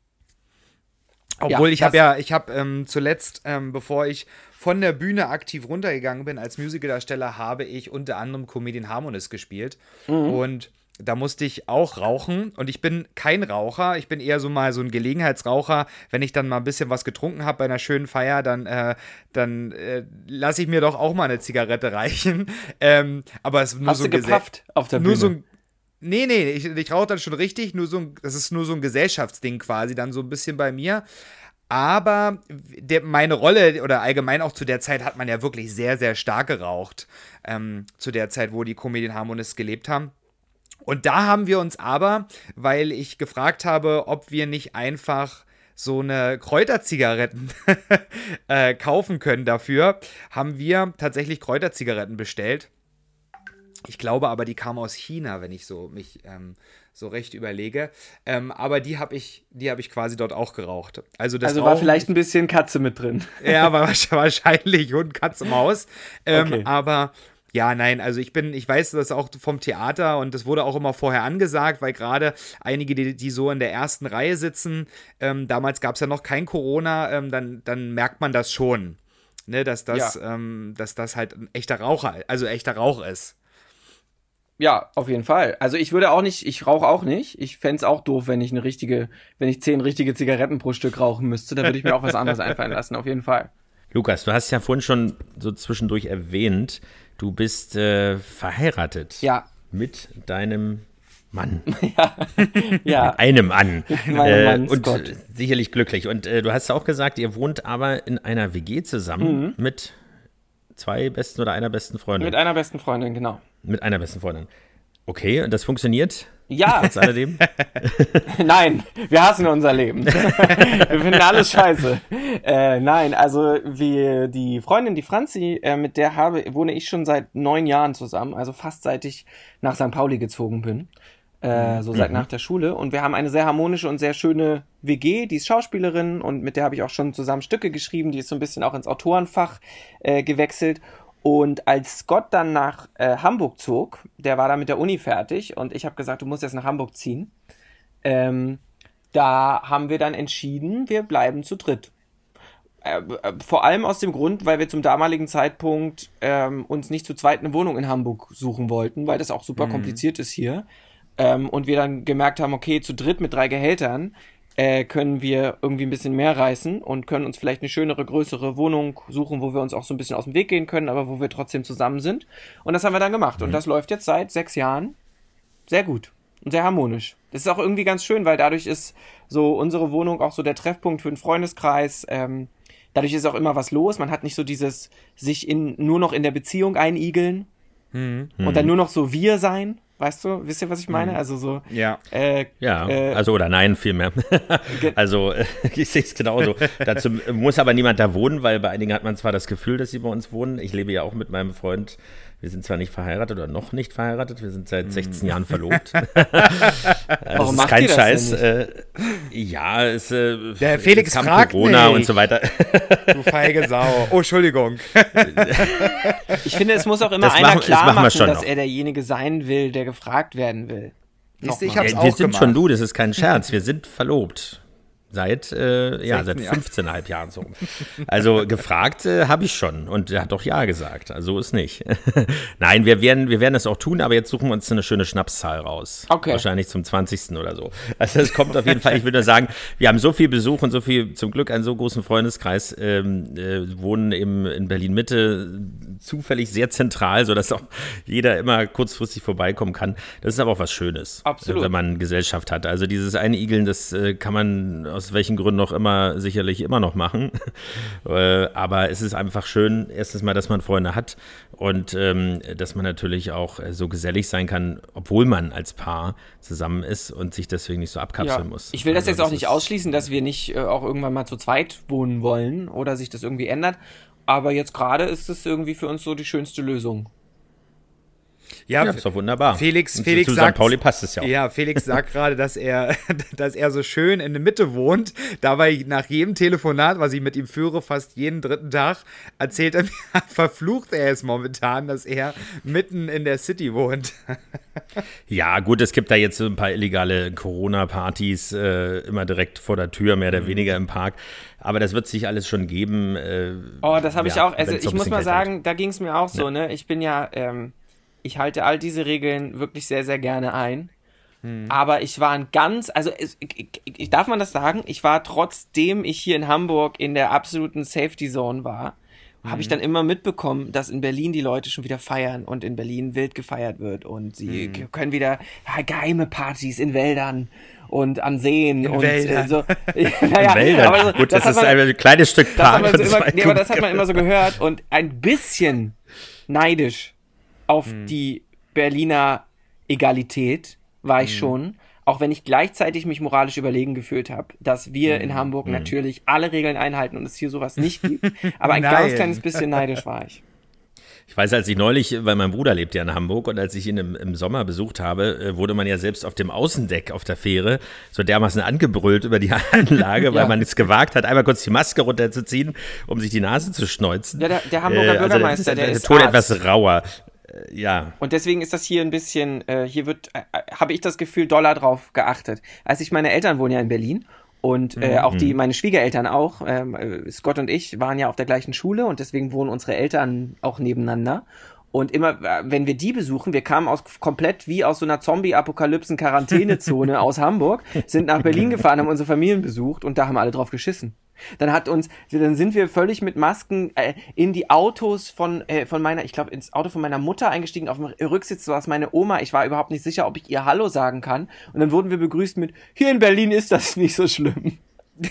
Obwohl Ja, ich habe das- ja, ich habe ähm, zuletzt, ähm, bevor ich von der Bühne aktiv runtergegangen bin als Musicaldarsteller, habe ich unter anderem Comedian Harmonist gespielt. Mhm. Und da musste ich auch rauchen. Und ich bin kein Raucher. Ich bin eher so mal so ein Gelegenheitsraucher. Wenn ich dann mal ein bisschen was getrunken habe bei einer schönen Feier, dann, äh, dann äh, lasse ich mir doch auch mal eine Zigarette reichen. Ähm, aber es ist nur Hast so du ein Gese- gepafft auf der nur Bühne? so ein Nee, nee, ich, ich rauche dann schon richtig, nur so ein, das ist nur so ein Gesellschaftsding quasi, dann so ein bisschen bei mir. Aber der, meine Rolle oder allgemein auch zu der Zeit hat man ja wirklich sehr, sehr stark geraucht. Ähm, zu der Zeit, wo die Comedian Harmonists gelebt haben. Und da haben wir uns aber, weil ich gefragt habe, ob wir nicht einfach so eine Kräuterzigaretten äh, kaufen können dafür, haben wir tatsächlich Kräuterzigaretten bestellt. Ich glaube aber, die kamen aus China, wenn ich so mich ähm, so recht überlege. Ähm, aber die habe ich, die habe ich quasi dort auch geraucht. Also, das Also war Rauchen- vielleicht ein bisschen Katze mit drin. Ja, war wahrscheinlich Hund, Katze, Maus. Ähm, Okay. Aber ja, nein, also ich bin, ich weiß das auch vom Theater und das wurde auch immer vorher angesagt, weil gerade einige, die, die so in der ersten Reihe sitzen, ähm, damals gab es ja noch kein Corona, ähm, dann, dann merkt man das schon, ne, dass das, Ja. ähm, dass das halt ein echter Raucher, also echter Rauch ist. Ja, auf jeden Fall. Also ich würde auch nicht, ich rauche auch nicht. Ich fänd's auch doof, wenn ich eine richtige, wenn ich zehn richtige Zigaretten pro Stück rauchen müsste. Da würde ich mir auch was anderes einfallen lassen, auf jeden Fall. Lukas, du hast ja vorhin schon so zwischendurch erwähnt, du bist äh, verheiratet Ja. mit deinem Mann. Ja. Einem Mann. Meinem äh, Mann, und Scott. sicherlich glücklich. Und äh, du hast auch gesagt, ihr wohnt aber in einer W G zusammen Mhm. mit zwei besten oder einer besten Freundin. Mit einer besten Freundin, genau. Mit einer besten Freundin. Okay, und das funktioniert? Ja. Trotz alledem? Nein, wir hassen unser Leben. Wir finden alles scheiße. Äh, nein, also wie die Freundin, die Franzi, äh, mit der habe, wohne ich schon seit neun Jahren zusammen, also fast seit ich nach Sankt Pauli gezogen bin. Äh, so seit Mhm. nach der Schule. Und wir haben eine sehr harmonische und sehr schöne W G, die ist Schauspielerin und mit der habe ich auch schon zusammen Stücke geschrieben, die ist so ein bisschen auch ins Autorenfach äh, gewechselt. Und als Scott dann nach äh, Hamburg zog, der war da mit der Uni fertig und ich habe gesagt, du musst jetzt nach Hamburg ziehen. Ähm, da haben wir dann entschieden, wir bleiben zu dritt. Äh, äh, vor allem aus dem Grund, weil wir zum damaligen Zeitpunkt ähm, uns nicht zu zweit eine Wohnung in Hamburg suchen wollten, weil das auch super Mhm. kompliziert ist hier. Ähm, und wir dann gemerkt haben, okay, zu dritt mit drei Gehältern äh, können wir irgendwie ein bisschen mehr reißen und können uns vielleicht eine schönere, größere Wohnung suchen, wo wir uns auch so ein bisschen aus dem Weg gehen können, aber wo wir trotzdem zusammen sind. Und das haben wir dann gemacht. Mhm. Und das läuft jetzt seit sechs Jahren sehr gut und sehr harmonisch. Das ist auch irgendwie ganz schön, weil dadurch ist so unsere Wohnung auch so der Treffpunkt für den Freundeskreis. Ähm, dadurch ist auch immer was los. Man hat nicht so dieses sich in nur noch in der Beziehung einigeln Mhm. und dann nur noch so wir sein. Weißt du, wisst ihr, was ich meine? Also so, Ja. äh, Ja, äh, also oder nein, vielmehr. Ge- Also äh, ich sehe es genauso. Dazu muss aber niemand da wohnen, weil bei einigen hat man zwar das Gefühl, dass sie bei uns wohnen. Ich lebe ja auch mit meinem Freund. Wir sind zwar nicht verheiratet oder noch nicht verheiratet, wir sind seit sechzehn Jahren verlobt. Das Warum ist macht kein ihr das Scheiß. denn Äh, ja, es äh, Der Felix es kam fragt Corona nicht. und so weiter. Du feige Sau. Oh, Entschuldigung. ich finde, es muss auch immer Das einer machen- das klar machen wir machen, schon dass noch. er derjenige sein will, der gefragt werden will. Siehst du, ich Nochmal. hab's Ja, wir auch sind gemacht. schon du, das ist kein Scherz. Wir sind verlobt. Seit, äh, ja, seit sechzehn Jahren. fünfzehn Komma fünf Jahren so. Also gefragt äh, habe ich schon und er hat doch ja gesagt. Also so ist nicht. Nein, wir werden, wir werden das auch tun, aber jetzt suchen wir uns eine schöne Schnapszahl raus. Okay. Wahrscheinlich zum zwanzigsten oder so. Also es kommt auf jeden Fall, ich würde sagen, wir haben so viel Besuch und so viel, zum Glück einen so großen Freundeskreis, ähm, äh, wohnen eben in Berlin-Mitte zufällig sehr zentral, sodass auch jeder immer kurzfristig vorbeikommen kann. Das ist aber auch was Schönes, Absolut. wenn man Gesellschaft hat. Also dieses Einigeln, das äh, kann man aus welchen Gründen auch immer sicherlich immer noch machen. äh, aber es ist einfach schön, erstens mal, dass man Freunde hat und ähm, dass man natürlich auch äh, so gesellig sein kann, obwohl man als Paar zusammen ist und sich deswegen nicht so abkapseln Ja. muss. Ich will das Also jetzt auch nicht ist- ausschließen, dass wir nicht äh, auch irgendwann mal zu zweit wohnen wollen oder sich das irgendwie ändert. Aber jetzt gerade ist es irgendwie für uns so die schönste Lösung. Ja, Ja, das ist doch wunderbar. Felix, Und Felix zu sagt, Sankt Pauli passt es ja auch. Ja, Felix sagt gerade, dass er, dass er so schön in der Mitte wohnt. Dabei nach jedem Telefonat, was ich mit ihm führe, fast jeden dritten Tag, erzählt er mir, verflucht er es momentan, dass er mitten in der City wohnt. Ja, gut, es gibt da jetzt so ein paar illegale Corona-Partys äh, immer direkt vor der Tür, mehr oder weniger im Park. Aber das wird sich alles schon geben. Äh, Oh, das habe ich ja, auch. Also wenn's so ich ein muss bisschen mal kälter wird. sagen, da ging es mir auch so, ne? Ich bin ja, ähm, ich halte all diese Regeln wirklich sehr, sehr gerne ein. Aber ich war ein ganz, also es, ich, ich, darf man das sagen? Ich war, trotzdem ich hier in Hamburg in der absoluten Safety Zone war, habe ich dann immer mitbekommen, dass in Berlin die Leute schon wieder feiern und in Berlin wild gefeiert wird und sie k- können wieder ja, geheime Partys in Wäldern und an Seen In und Wäldern. Äh, so. naja, Wäldern. aber so, Gut, das, hat ist man- ein kleines Stück das hat Park man von so immer, zwei nee, aber das hat man Kubik. immer so gehört und ein bisschen neidisch auf die Berliner Egalität war ich schon, auch wenn ich gleichzeitig mich moralisch überlegen gefühlt habe, dass wir in Hamburg natürlich alle Regeln einhalten und es hier sowas nicht gibt, aber ein Nein. ganz kleines bisschen neidisch war ich. Ich weiß, als ich neulich, weil mein Bruder lebt ja in Hamburg und als ich ihn im, im Sommer besucht habe, äh, wurde man ja selbst auf dem Außendeck auf der Fähre so dermaßen angebrüllt über die Anlage, weil Ja. man es gewagt hat, einmal kurz die Maske runterzuziehen, um sich die Nase zu schneuzen. Ja, der- der Hamburger also Bürgermeister, das der ist ist der Ton Arzt. etwas rauer. Äh, Ja, Und deswegen ist das hier ein bisschen, äh, hier wird, äh, habe ich das Gefühl, doller drauf geachtet. Als ich, meine Eltern wohnen ja in Berlin und äh, auch die, meine Schwiegereltern auch, ähm, äh, Scott und ich waren ja auf der gleichen Schule und deswegen wohnen unsere Eltern auch nebeneinander. Und immer, äh, wenn wir die besuchen, wir kamen aus komplett wie aus so einer Zombie-Apokalypsen-Quarantänezone aus Hamburg, sind nach Berlin gefahren, haben unsere Familien besucht und da haben alle drauf geschissen. Dann hat uns, dann sind wir völlig mit Masken äh, in die Autos von äh, von meiner, ich glaube ins Auto von meiner Mutter eingestiegen. Auf dem Rücksitz saß meine Oma. Ich war überhaupt nicht sicher, ob ich ihr Hallo sagen kann. Und dann wurden wir begrüßt mit: Hier in Berlin ist das nicht so schlimm.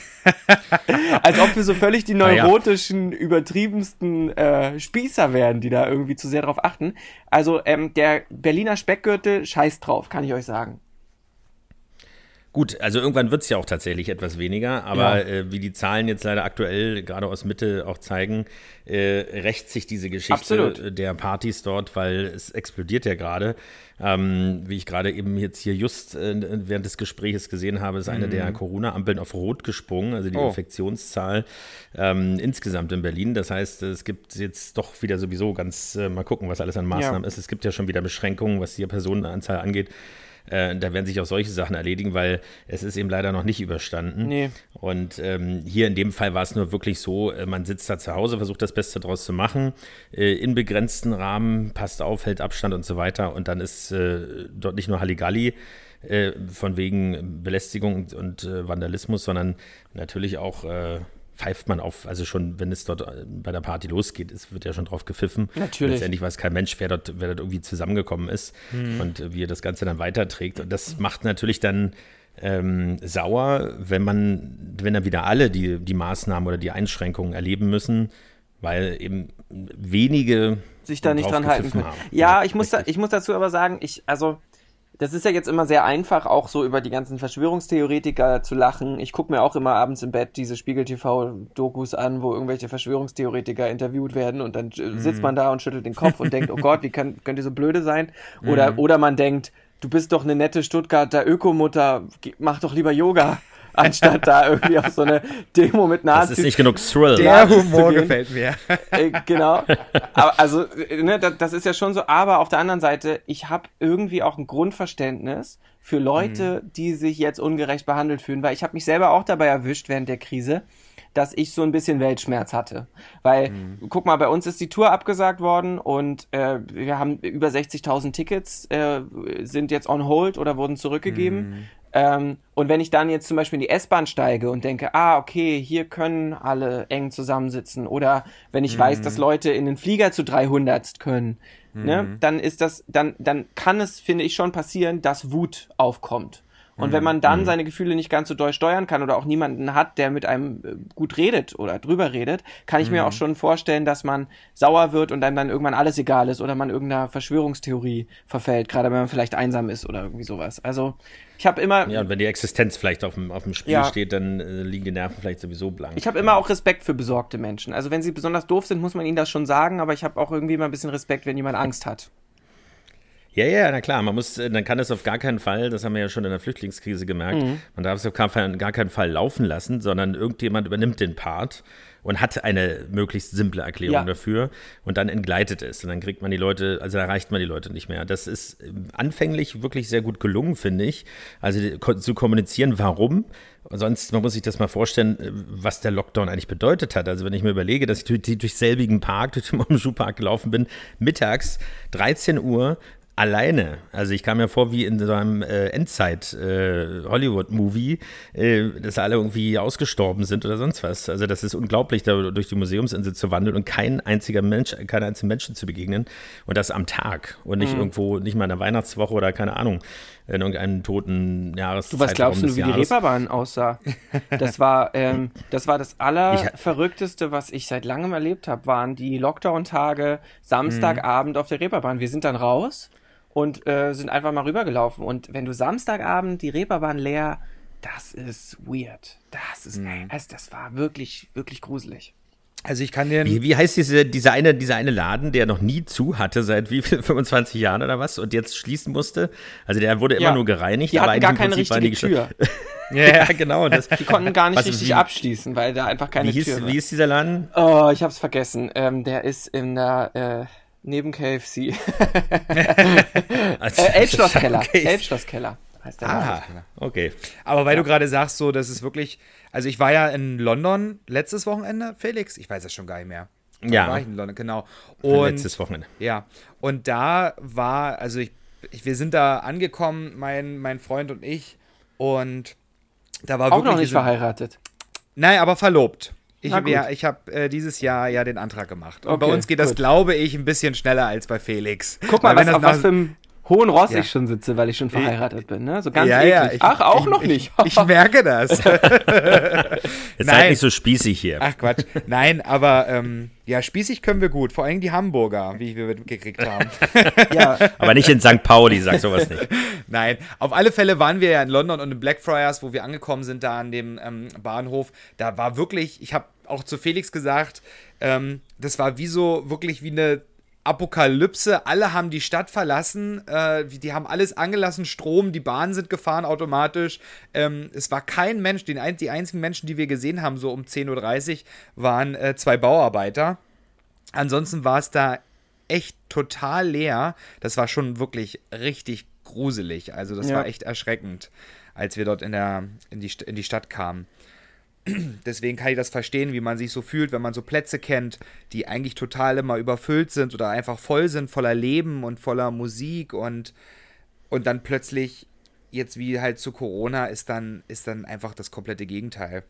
Als ob wir so völlig die Ah, ja. neurotischen, übertriebensten äh, Spießer wären, die da irgendwie zu sehr drauf achten. Also ähm, der Berliner Speckgürtel, scheiß drauf, kann ich euch sagen. Gut, also irgendwann wird es ja auch tatsächlich etwas weniger, aber ja. äh, wie die Zahlen jetzt leider aktuell gerade aus Mitte auch zeigen, äh, rächt sich diese Geschichte Absolut. der Partys dort, weil es explodiert ja gerade. Ähm, wie ich gerade eben jetzt hier just äh, während des Gesprächs gesehen habe, ist eine mhm. der Corona-Ampeln auf Rot gesprungen, also die oh. Infektionszahl ähm, insgesamt in Berlin. Das heißt, es gibt jetzt doch wieder sowieso ganz, äh, mal gucken, was alles an Maßnahmen ja. ist. Es gibt ja schon wieder Beschränkungen, was die Personenanzahl angeht. Äh, da werden sich auch solche Sachen erledigen, weil es ist eben leider noch nicht überstanden. Nee. Und ähm, hier in dem Fall war es nur wirklich so, äh, man sitzt da zu Hause, versucht das Beste draus zu machen, äh, in begrenzten Rahmen, passt auf, hält Abstand und so weiter. Und dann ist äh, dort nicht nur Halligalli äh, von wegen Belästigung und, und äh, Vandalismus, sondern natürlich auch äh, pfeift man auf, also schon, wenn es dort bei der Party losgeht, es wird ja schon drauf gepfiffen. Natürlich. Letztendlich weiß kein Mensch, wer dort, wer dort irgendwie zusammengekommen ist mhm. und wie er das Ganze dann weiterträgt. Und das macht natürlich dann ähm, sauer, wenn man, wenn dann wieder alle die, die Maßnahmen oder die Einschränkungen erleben müssen, weil eben wenige sich da nicht dran halten können. Haben. Ja, ich muss, da, ich muss dazu aber sagen, ich, also das ist ja jetzt immer sehr einfach, auch so über die ganzen Verschwörungstheoretiker zu lachen. Ich gucke mir auch immer abends im Bett diese Spiegel-T V-Dokus an, wo irgendwelche Verschwörungstheoretiker interviewt werden und dann mm. sitzt man da und schüttelt den Kopf und denkt, oh Gott, wie kann, könnt ihr so blöde sein? Oder, mm. oder man denkt, du bist doch eine nette Stuttgarter Ökomutter, mach doch lieber Yoga. Anstatt da irgendwie auf so eine Demo mit Nazis. Das ist nicht genug Thrill. Der Humor gefällt mir. Äh, genau. Aber also, ne, das, das ist ja schon so. Aber auf der anderen Seite, ich habe irgendwie auch ein Grundverständnis für Leute, mhm. die sich jetzt ungerecht behandelt fühlen. Weil ich habe mich selber auch dabei erwischt während der Krise, dass ich so ein bisschen Weltschmerz hatte. Weil, mhm. guck mal, bei uns ist die Tour abgesagt worden und äh, wir haben über sechzigtausend Tickets, äh, sind jetzt on hold oder wurden zurückgegeben. Mhm. Ähm, und wenn ich dann jetzt zum Beispiel in die S-Bahn steige und denke, ah, okay, hier können alle eng zusammensitzen, oder wenn ich mhm. weiß, dass Leute in den Flieger zu dreihundert können, mhm. ne, dann ist das, dann, dann kann es, finde ich, schon passieren, dass Wut aufkommt. Und wenn man dann seine Gefühle nicht ganz so doll steuern kann oder auch niemanden hat, der mit einem gut redet oder drüber redet, kann ich mhm. mir auch schon vorstellen, dass man sauer wird und einem dann irgendwann alles egal ist oder man irgendeiner Verschwörungstheorie verfällt, gerade wenn man vielleicht einsam ist oder irgendwie sowas. Also ich habe immer... Ja, und wenn die Existenz vielleicht auf dem, auf dem Spiel ja. steht, dann äh, liegen die Nerven vielleicht sowieso blank. Ich habe immer auch Respekt für besorgte Menschen. Also wenn sie besonders doof sind, muss man ihnen das schon sagen, aber ich habe auch irgendwie immer ein bisschen Respekt, wenn jemand Angst hat. Ja, ja, na klar, man muss, dann kann es auf gar keinen Fall, das haben wir ja schon in der Flüchtlingskrise gemerkt, mhm. man darf es auf gar keinen Fall laufen lassen, sondern irgendjemand übernimmt den Part und hat eine möglichst simple Erklärung ja. dafür und dann entgleitet es und dann kriegt man die Leute, also erreicht man die Leute nicht mehr. Das ist anfänglich wirklich sehr gut gelungen, finde ich, also zu kommunizieren, warum. Sonst, man muss sich das mal vorstellen, was der Lockdown eigentlich bedeutet hat. Also wenn ich mir überlege, dass ich durch, durch selbigen Park, durch den Schuhpark gelaufen bin, mittags, dreizehn Uhr, alleine. Also ich kam mir vor wie in so einem äh, Endzeit-Hollywood-Movie, äh, äh, dass alle irgendwie ausgestorben sind oder sonst was. Also das ist unglaublich, da durch die Museumsinsel zu wandeln und kein einziger Mensch, keinen einzigen Menschen zu begegnen. Und das am Tag und nicht mhm. irgendwo, nicht mal in der Weihnachtswoche oder keine Ahnung, in irgendeinem toten Jahreszeitraum. Du, was glaubst du, wie die Reeperbahn aussah? Das war, ähm, das war das Allerverrückteste, was ich seit langem erlebt habe, waren die Lockdown-Tage, Samstagabend mhm. auf der Reeperbahn. Wir sind dann raus und äh, sind einfach mal rübergelaufen. Und wenn du Samstagabend die Reeperbahn leer, das ist weird. Das ist, mhm. das, das war wirklich, wirklich gruselig. Also ich kann dir... Wie, wie heißt diese, dieser, eine, dieser eine Laden, der noch nie zu hatte, seit wie viel, fünfundzwanzig Jahren oder was, und jetzt schließen musste? Also der wurde ja. immer nur gereinigt. Die hatten gar keine richtige Tür. Ja, genau. Das, die konnten gar nicht was, richtig wie, abschließen, weil da einfach keine wie Tür hieß, war. Wie ist dieser Laden? Oh, ich hab's vergessen. Ähm, der ist in der... Äh, neben K F C. also, äh, Elbschlosskeller. Okay. Elbschlosskeller heißt der. Ah, okay. Aber weil ja. du gerade sagst, so, das ist wirklich, also ich war ja in London letztes Wochenende, Felix, ich weiß das schon gar nicht mehr. Da ja. war ich in London, genau. Und, letztes Wochenende. Ja, und da war, also ich, ich wir sind da angekommen, mein, mein Freund und ich, und da war auch wirklich... noch nicht diese, verheiratet? Nein, aber verlobt. Ich, ja, ich habe äh, dieses Jahr ja den Antrag gemacht. Und okay, bei uns geht das, gut. glaube ich, ein bisschen schneller als bei Felix. Guck mal, was, auf was für einem hohen Ross ja. ich schon sitze, weil ich schon verheiratet bin. Ne? So ganz ja, eklig. Ja, ich, Ach, auch ich, noch ich, nicht. Ich, ich merke das. Jetzt seid nicht so spießig hier. Ach Quatsch. Nein, aber ähm, ja, spießig können wir gut. Vor allem die Hamburger, wie wir mitgekriegt haben. Ja. Aber nicht in Sankt Pauli, sag sowas nicht. Nein, auf alle Fälle waren wir ja in London und in Blackfriars, wo wir angekommen sind, da an dem ähm, Bahnhof. Da war wirklich, ich habe auch zu Felix gesagt, ähm, das war wie so, wirklich wie eine Apokalypse. Alle haben die Stadt verlassen, äh, die haben alles angelassen, Strom, die Bahnen sind gefahren automatisch. Ähm, es war kein Mensch, die, die einzigen Menschen, die wir gesehen haben, so um zehn Uhr dreißig, waren äh, zwei Bauarbeiter. Ansonsten war es da echt total leer. Das war schon wirklich richtig gruselig. Also das ja. war echt erschreckend, als wir dort in, der, in, die, in die Stadt kamen. Deswegen kann ich das verstehen, wie man sich so fühlt, wenn man so Plätze kennt, die eigentlich total immer überfüllt sind oder einfach voll sind, voller Leben und voller Musik und, und dann plötzlich, jetzt wie halt zu Corona, ist dann, ist dann einfach das komplette Gegenteil.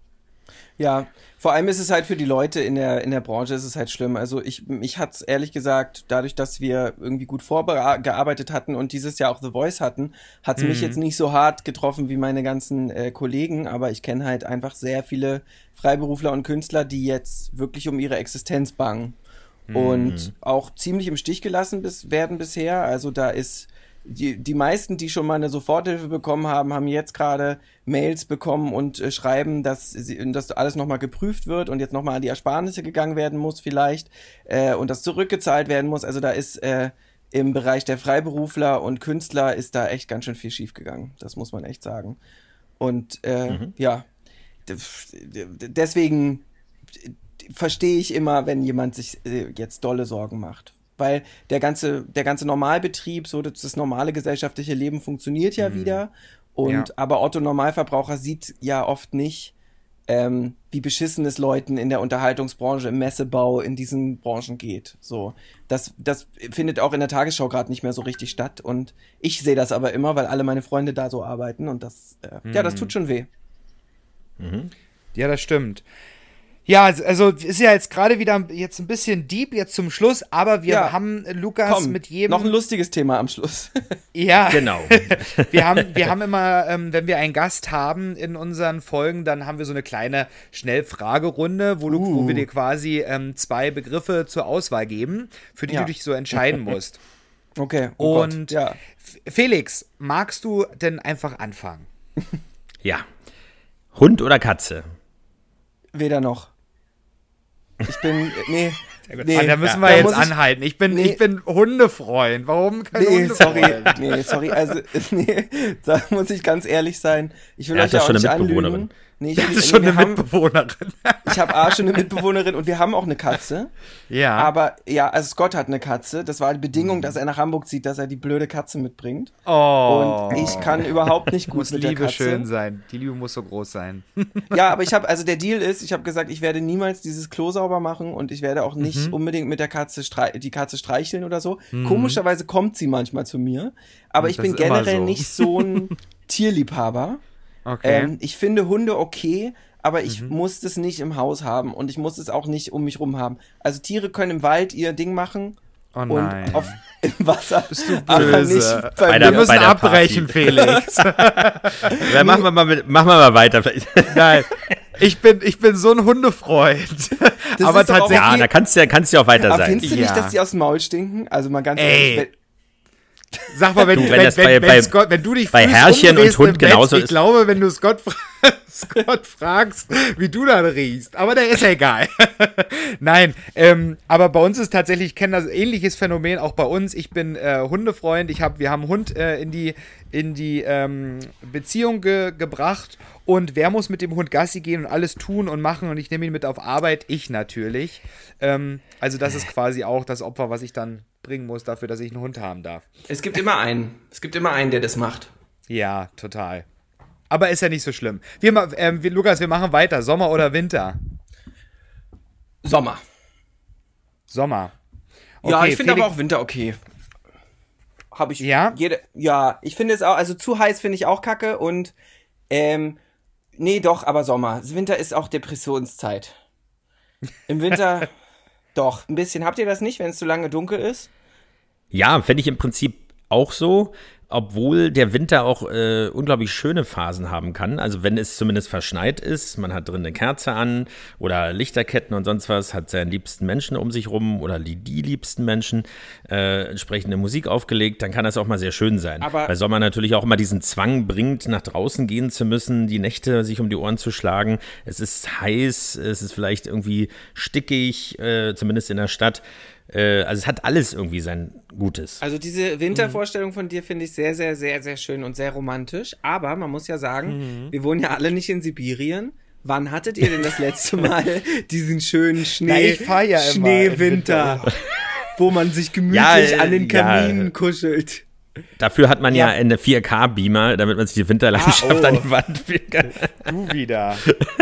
Ja, vor allem ist es halt für die Leute in der, in der Branche ist es halt schlimm. Also ich, mich hat's ehrlich gesagt, dadurch, dass wir irgendwie gut vorgearbeitet hatten und dieses Jahr auch The Voice hatten, hat's mhm. mich jetzt nicht so hart getroffen wie meine ganzen äh, Kollegen, aber ich kenne halt einfach sehr viele Freiberufler und Künstler, die jetzt wirklich um ihre Existenz bangen mhm. und auch ziemlich im Stich gelassen bis, werden bisher. Also da ist Die, die meisten, die schon mal eine Soforthilfe bekommen haben, haben jetzt gerade Mails bekommen und äh, schreiben, dass, sie, dass alles nochmal geprüft wird und jetzt nochmal an die Ersparnisse gegangen werden muss vielleicht äh, und das zurückgezahlt werden muss. Also da ist äh, im Bereich der Freiberufler und Künstler ist da echt ganz schön viel schiefgegangen. Das muss man echt sagen. Und äh, mhm. ja, d- d- deswegen verstehe ich immer, wenn jemand sich äh, jetzt dolle Sorgen macht. Weil der ganze, der ganze Normalbetrieb, so das, das normale gesellschaftliche Leben funktioniert ja mhm. wieder. Und ja. aber Otto Normalverbraucher sieht ja oft nicht, ähm, wie beschissen es Leuten in der Unterhaltungsbranche, im Messebau, in diesen Branchen geht. So, das, das findet auch in der Tagesschau gerade nicht mehr so richtig statt. Und ich sehe das aber immer, weil alle meine Freunde da so arbeiten. Und das, äh, mhm. ja, das tut schon weh. Mhm. Ja, das stimmt. Ja, also ist ja jetzt gerade wieder jetzt ein bisschen deep jetzt zum Schluss, aber wir ja, haben, Lukas, komm, mit jedem... noch ein lustiges Thema am Schluss. Ja, genau. wir haben, wir haben immer, ähm, wenn wir einen Gast haben in unseren Folgen, dann haben wir so eine kleine Schnellfragerunde, wo, du, uh. wo wir dir quasi ähm, zwei Begriffe zur Auswahl geben, für die ja. du dich so entscheiden musst. Okay, oh Und Gott, ja. Felix, magst du denn einfach anfangen? Ja. Hund oder Katze? Weder noch. Ich bin, nee, nee. Ah, da müssen wir ja, jetzt anhalten. Ich bin, nee. ich bin Hundefreund. Warum kein nee, Hundefreund? Sorry, nee, sorry, also, nee, da muss ich ganz ehrlich sein. Ich will er euch ja auch schon nicht eine Mitbewohnerin. anlügen. Nee, ich, das will, ist schon nee, eine haben, Mitbewohnerin. Ich habe auch schon eine Mitbewohnerin und wir haben auch eine Katze. Ja. Aber, ja, also Scott hat eine Katze. Das war die Bedingung, dass er nach Hamburg zieht, dass er die blöde Katze mitbringt. Oh. Und ich kann überhaupt nicht gut muss mit Liebe der Katze. schön sein. Die Liebe muss so groß sein. Ja, aber ich habe, also der Deal ist, ich habe gesagt, ich werde niemals dieses Klo sauber machen und ich werde auch nicht mhm. unbedingt mit der Katze strei- die Katze streicheln oder so. Mhm. Komischerweise kommt sie manchmal zu mir, aber und ich bin generell so. nicht so ein Tierliebhaber. Okay. Ähm, ich finde Hunde okay, aber ich mhm. muss das nicht im Haus haben und ich muss es auch nicht um mich rum haben. Also Tiere können im Wald ihr Ding machen. Oh nein. Und auf, im Wasser. Bist du böse? Nicht bei bei der, wir müssen abbrechen, Party. Felix. Dann machen wir mal, mit, machen wir mal weiter. Nein, ich bin, ich bin so ein Hundefreund. Das aber tatsächlich. Ja, da kannst du ja, kannst ja auch weiter aber sein. Findest du ja. nicht, dass die aus dem Maul stinken? Also mal ganz Ey. ehrlich. Sag mal, wenn, du, wenn, wenn, das wenn, bei, wenn, bei, Scott, wenn du dich bei Herrchen und Hund genauso ich ist. Ich glaube, wenn du Scott, Scott fragst, wie du da riechst. Aber der ist ja egal. Nein, ähm, aber bei uns ist tatsächlich, ich kenne das ähnliches Phänomen auch bei uns. Ich bin äh, Hundefreund. Ich hab, wir haben einen Hund äh, in die, in die ähm, Beziehung ge- gebracht. Und wer muss mit dem Hund Gassi gehen und alles tun und machen? Und ich nehme ihn mit auf Arbeit. Ich natürlich. Ähm, also das ist quasi auch das Opfer, was ich dann bringen muss dafür, dass ich einen Hund haben darf. Es gibt immer einen. Es gibt immer einen, der das macht. Ja, total. Aber ist ja nicht so schlimm. Wir, ähm, wir, Lukas, wir machen weiter. Sommer oder Winter? Sommer. Sommer. Okay, ja, ich finde Felix, aber auch Winter okay. Habe ich. Ja? Jede, ja, ich finde es auch, also zu heiß finde ich auch kacke und ähm, nee, doch, aber Sommer. Winter ist auch Depressionszeit. Im Winter doch, ein bisschen. Habt ihr das nicht, wenn es zu lange dunkel ist? Ja, fände ich im Prinzip auch so. obwohl der Winter auch äh, unglaublich schöne Phasen haben kann. Also wenn es zumindest verschneit ist, man hat drin eine Kerze an oder Lichterketten und sonst was, hat seinen liebsten Menschen um sich rum oder die, die liebsten Menschen äh, entsprechende Musik aufgelegt, dann kann das auch mal sehr schön sein. Aber Weil Sommer natürlich auch immer diesen Zwang bringt, nach draußen gehen zu müssen, die Nächte sich um die Ohren zu schlagen. Es ist heiß, es ist vielleicht irgendwie stickig, äh, zumindest in der Stadt. Also es hat alles irgendwie sein Gutes. Also diese Wintervorstellung von dir finde ich sehr, sehr, sehr, sehr schön und sehr romantisch. Aber man muss ja sagen, mhm. wir wohnen ja alle nicht in Sibirien. Wann hattet ihr denn das letzte Mal diesen schönen Schnee, Na, ich fahr ja Schneewinter, wo man sich gemütlich ja, an den Kaminen ja. kuschelt? Dafür hat man ja, ja eine vier K-Beamer, damit man sich die Winterlandschaft ah, oh. an die Wand fühlen kann. Du wieder.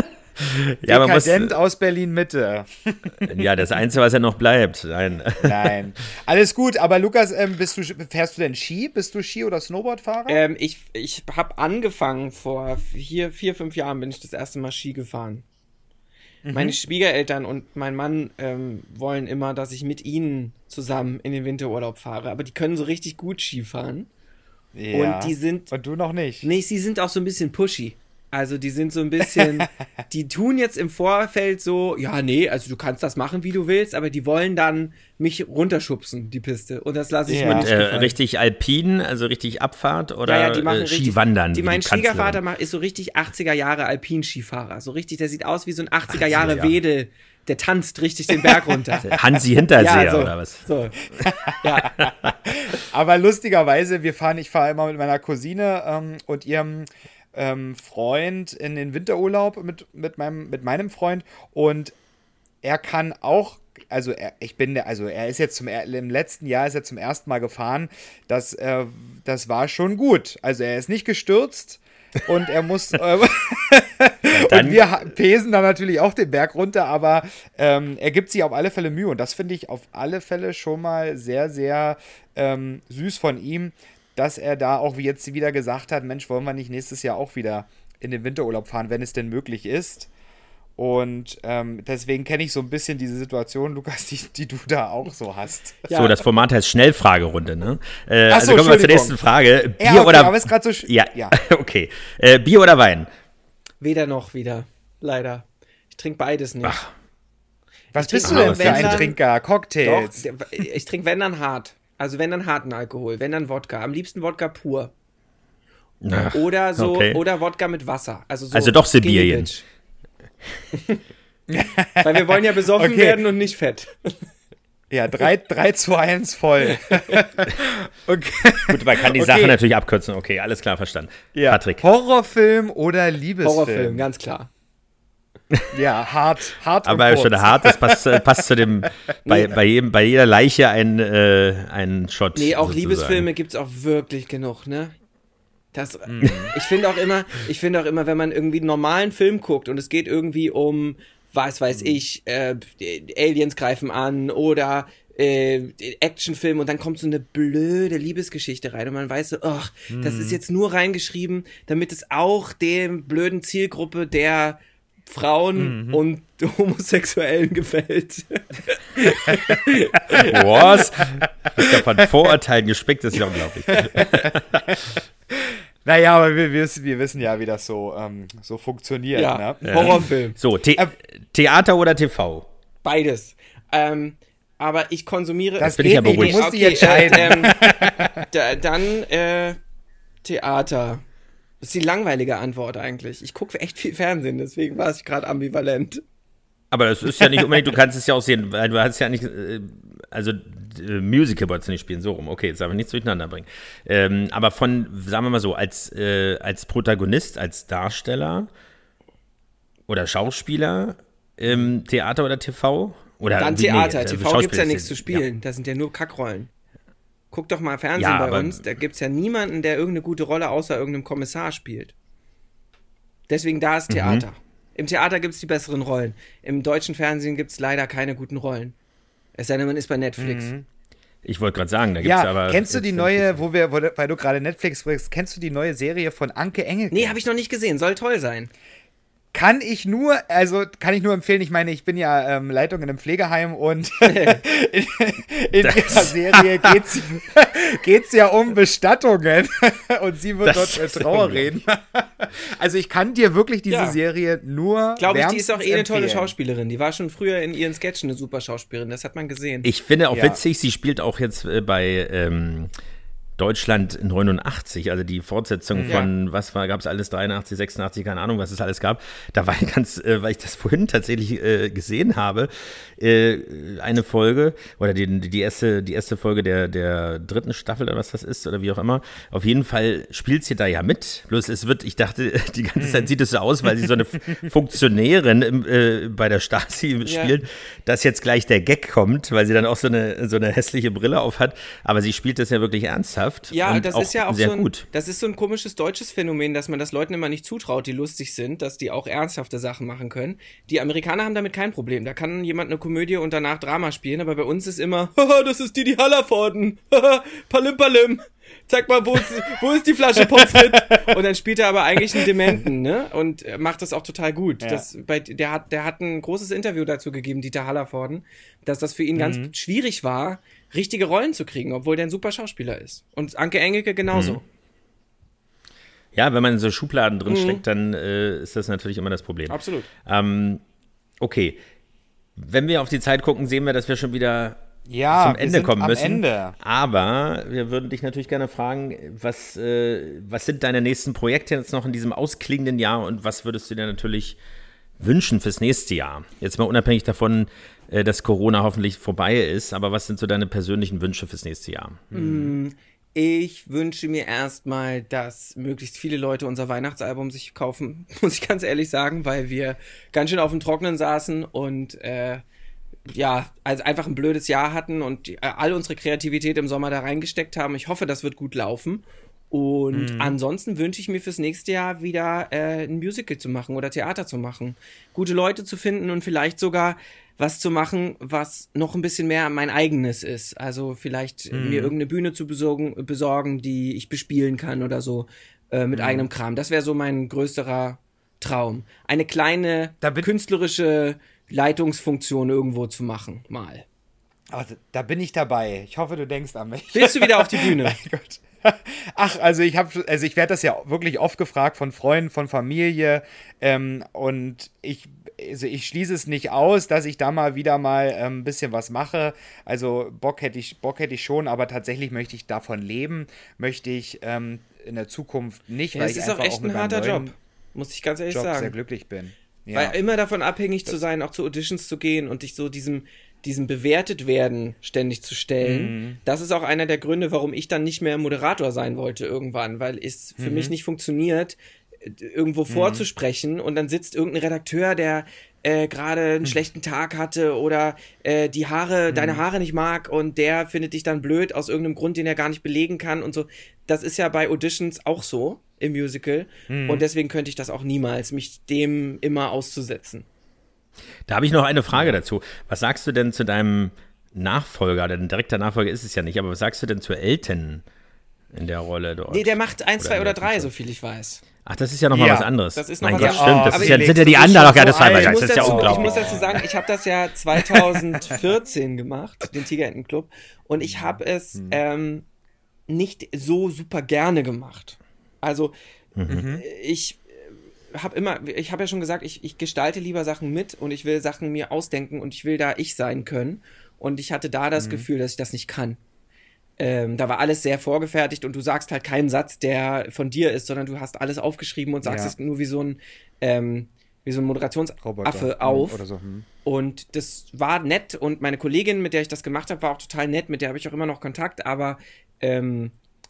Ja, man Dekadent muss, aus Berlin-Mitte. Ja, das Einzige, was ja noch bleibt. Nein. Nein. Alles gut, aber Lukas, ähm, bist du, fährst du denn Ski? Bist du Ski- oder Snowboardfahrer? Ähm, ich ich habe angefangen, vor vier, vier, fünf Jahren bin ich das erste Mal Ski gefahren. Mhm. Meine Schwiegereltern und mein Mann ähm, wollen immer, dass ich mit ihnen zusammen in den Winterurlaub fahre. Aber die können so richtig gut Ski fahren. Ja. Und die sind... Und du noch nicht? Nee, sie sind auch so ein bisschen pushy. Also die sind so ein bisschen, die tun jetzt im Vorfeld so, ja nee, also du kannst das machen, wie du willst, aber die wollen dann mich runterschubsen, die Piste. Und das lasse ich ja. mir nicht äh, gefallen. Richtig alpin, also richtig Abfahrt oder ja, ja, die machen äh, richtig, Skiwandern? Die, mein Schwiegervater macht, ist so richtig achtziger Jahre Alpinskifahrer. So richtig, der sieht aus wie so ein achtziger Jahre Wedel. Der tanzt richtig den Berg runter. Hansi Hinterseher ja, so, oder was? So. Ja. Aber lustigerweise, wir fahren, ich fahre immer mit meiner Cousine ähm, und ihrem Ähm, Freund in den Winterurlaub mit, mit, meinem, mit meinem Freund und er kann auch, also er, ich bin der, also er ist jetzt zum, im letzten Jahr ist er zum ersten Mal gefahren, das, äh, das war schon gut, also er ist nicht gestürzt und er muss, äh, und wir pesen dann natürlich auch den Berg runter, aber ähm, er gibt sich auf alle Fälle Mühe und das finde ich auf alle Fälle schon mal sehr, sehr ähm, süß von ihm, dass er da auch wie jetzt wieder gesagt hat, Mensch, wollen wir nicht nächstes Jahr auch wieder in den Winterurlaub fahren, wenn es denn möglich ist. Und ähm, deswegen kenne ich so ein bisschen diese Situation, Lukas, die, die du da auch so hast. Ja. So, das Format heißt Schnellfragerunde, ne? Äh, Ach so, also kommen wir zur nächsten Frage. Bier ja, okay, oder... aber ist grad so sch- ja, ja, okay. Äh, Bier oder Wein? Weder noch wieder, leider. Ich trinke beides nicht. Ach. Was bist du denn für ein Trinker? Cocktails? Doch, ich trinke wenn dann hart. Also wenn dann harten Alkohol, wenn dann Wodka. Am liebsten Wodka pur. Ach, oder so, okay. oder Wodka mit Wasser. Also, so also doch Sibirien. Weil wir wollen ja besoffen okay. werden und nicht fett. Ja, drei zu eins voll. Okay. Gut, man kann die okay. Sache natürlich abkürzen. Okay, alles klar, verstanden. Ja. Patrick. Horrorfilm oder Liebesfilm? Horrorfilm, ganz klar. Ja, hart, hart aber und schon hart, das passt, passt zu dem, bei, nee. bei, jedem, bei jeder Leiche ein, äh, ein Shot. Nee, auch sozusagen. Liebesfilme gibt's auch wirklich genug, ne? Das, mm. Ich finde auch immer, ich finde auch immer, wenn man irgendwie einen normalen Film guckt und es geht irgendwie um, was weiß ich, äh, Aliens greifen an oder äh, Actionfilm und dann kommt so eine blöde Liebesgeschichte rein und man weiß so, ach, mm. das ist jetzt nur reingeschrieben, damit es auch dem blöden Zielgruppe der Frauen mhm. und Homosexuellen gefällt. Was? Das ist ja von Vorurteilen gespickt, das ist ja unglaublich. Naja, aber wir, wir, wir wissen ja, wie das so, ähm, so funktioniert. Ja, ne? ja. Horrorfilm. So, The- äh, Theater oder T V? Beides. Ähm, aber ich konsumiere... Das bin ich ja beruhigt. Du musst dich entscheiden. Äh, ähm, da, dann äh, Theater. Das ist die langweilige Antwort eigentlich. Ich gucke echt viel Fernsehen, deswegen war ich gerade ambivalent. Aber das ist ja nicht unbedingt, du kannst es ja auch sehen, weil du hast ja nicht, äh, also äh, Musical wolltest du nicht spielen, so rum. Okay, jetzt darf ich nichts durcheinander bringen. Ähm, aber von, sagen wir mal so, als, äh, als Protagonist, als Darsteller oder Schauspieler, ähm, Theater oder T V? Oder Dann wie, Theater, nee, T V gibt's ja nichts zu spielen, ja. Da sind ja nur Kackrollen. Guck doch mal Fernsehen ja, bei uns, da gibt's ja niemanden, der irgendeine gute Rolle außer irgendeinem Kommissar spielt. Deswegen da ist Theater. Mhm. Im Theater gibt's die besseren Rollen. Im deutschen Fernsehen gibt's leider keine guten Rollen. Es sei denn, man ist bei Netflix. Mhm. Ich wollte gerade sagen, da gibt's ja, aber... kennst du die neue, wo wir, wo, weil du gerade Netflix bringst, kennst du die neue Serie von Anke Engelke? Nee, habe ich noch nicht gesehen, soll toll sein. Kann ich nur, also kann ich nur empfehlen, ich meine, ich bin ja ähm, Leitung in einem Pflegeheim und in, in dieser Serie geht's, geht's ja um Bestattungen und sie wird das dort äh, Trauer reden. Also ich kann dir wirklich diese ja. Serie nur Glaube ich, die ist auch eh eine tolle Schauspielerin. Die war schon früher in ihren Sketchen eine super Schauspielerin, das hat man gesehen. Ich finde auch ja. witzig, sie spielt auch jetzt äh, bei ähm, Deutschland neunundachtzig, also die Fortsetzung ja. von, was war, gab es alles, dreiundachtzig, sechsundachtzig, keine Ahnung, was es alles gab. Da war ich ganz, äh, weil ich das vorhin tatsächlich äh, gesehen habe, äh, eine Folge, oder die, die, erste, die erste Folge der, der dritten Staffel, oder was das ist, oder wie auch immer. Auf jeden Fall spielt sie da ja mit. Bloß es wird, ich dachte, die ganze Zeit sieht es so aus, weil sie so eine Funktionärin im, äh, bei der Stasi ja. spielt, dass jetzt gleich der Gag kommt, weil sie dann auch so eine, so eine hässliche Brille auf hat. Aber sie spielt das ja wirklich ernsthaft. Ja, und das auch ist ja auch sehr so ein, gut. das ist so ein komisches deutsches Phänomen, dass man das Leuten immer nicht zutraut, die lustig sind, dass die auch ernsthafte Sachen machen können. Die Amerikaner haben damit kein Problem. Da kann jemand eine Komödie und danach Drama spielen, aber bei uns ist immer, haha, das ist Didi Hallervorden, haha, palim palim. Zeig mal, wo ist, wo ist die Flasche Pommes frites? Und dann spielt er aber eigentlich einen Dementen, ne? Und macht das auch total gut. Ja. Das, bei, der, hat, der hat ein großes Interview dazu gegeben, Dieter Hallervorden, dass das für ihn mhm. ganz schwierig war, richtige Rollen zu kriegen, obwohl der ein super Schauspieler ist. Und Anke Engelke genauso. Mhm. Ja, wenn man in so Schubladen drin mhm. steckt, dann äh, ist das natürlich immer das Problem. Absolut. Ähm, okay. Wenn wir auf die Zeit gucken, sehen wir, dass wir schon wieder ja, zum Ende kommen am müssen. Ende. Aber wir würden dich natürlich gerne fragen, was, äh, was sind deine nächsten Projekte jetzt noch in diesem ausklingenden Jahr und was würdest du dir natürlich wünschen fürs nächste Jahr? Jetzt mal unabhängig davon, äh, dass Corona hoffentlich vorbei ist, aber was sind so deine persönlichen Wünsche fürs nächste Jahr? Hm. Ich wünsche mir erstmal, dass möglichst viele Leute unser Weihnachtsalbum sich kaufen, muss ich ganz ehrlich sagen, weil wir ganz schön auf dem Trockenen saßen und äh, ja, also einfach ein blödes Jahr hatten und die, all unsere Kreativität im Sommer da reingesteckt haben. Ich hoffe, das wird gut laufen. Und mhm. ansonsten wünsche ich mir fürs nächste Jahr wieder äh, ein Musical zu machen oder Theater zu machen. Gute Leute zu finden und vielleicht sogar was zu machen, was noch ein bisschen mehr mein eigenes ist. Also vielleicht mhm. mir irgendeine Bühne zu besorgen, besorgen, die ich bespielen kann oder so äh, mit mhm. eigenem Kram. Das wäre so mein größerer Traum. Eine kleine künstlerische Leitungsfunktion irgendwo zu machen, mal. Also, da bin ich dabei. Ich hoffe, du denkst an mich. Willst du wieder auf die Bühne? Mein Gott. Ach, also ich habe, also ich werde das ja wirklich oft gefragt von Freunden, von Familie ähm, und ich, also ich schließe es nicht aus, dass ich da mal wieder mal ein ähm, bisschen was mache. Also Bock hätte ich, Bock hätte ich schon, aber tatsächlich möchte ich davon leben, möchte ich ähm, in der Zukunft nicht, ja, weil ich ich einfach auch, auch mit ein harter meinem Job, muss ich ganz ehrlich Job sagen. sehr glücklich bin. Ja. Weil immer davon abhängig das zu sein, auch zu Auditions zu gehen und dich so diesem, diesem bewertet werden ständig zu stellen. Mhm. Das ist auch einer der Gründe, warum ich dann nicht mehr Moderator sein wollte irgendwann, weil es für mhm. mich nicht funktioniert, irgendwo mhm. vorzusprechen und dann sitzt irgendein Redakteur, der äh, gerade einen mhm. schlechten Tag hatte oder äh, die Haare, mhm. deine Haare nicht mag und der findet dich dann blöd aus irgendeinem Grund, den er gar nicht belegen kann und so. Das ist ja bei Auditions auch so im Musical mhm. und deswegen könnte ich das auch niemals, mich dem immer auszusetzen. Da habe ich noch eine Frage dazu. Was sagst du denn zu deinem Nachfolger? Denn direkter Nachfolger ist es ja nicht, aber was sagst du denn zu Elton in der Rolle dort? Nee, der macht eins, zwei oder drei, so viel ich weiß. Ach, das ist ja nochmal ja, was anderes. Das ist noch mein was Gott, stimmt. Das oh, ist ja, sind ja die anderen, ja, das, ich das ist ja unglaublich. Ich muss dazu sagen, ich habe das ja zweitausendvierzehn gemacht, den Tigerentenclub, und ich habe es hm. ähm, nicht so super gerne gemacht. Also, mhm. ich habe immer, ich habe ja schon gesagt, ich, ich gestalte lieber Sachen mit und ich will Sachen mir ausdenken und ich will da ich sein können. Und ich hatte da das mhm. Gefühl, dass ich das nicht kann. Ähm, da war alles sehr vorgefertigt und du sagst halt keinen Satz, der von dir ist, sondern du hast alles aufgeschrieben und sagst ja. es nur wie so ein ähm, wie so ein Moderationsaffe auf. Oder so. Hm. Und das war nett und meine Kollegin, mit der ich das gemacht habe, war auch total nett, mit der habe ich auch immer noch Kontakt, aber ähm,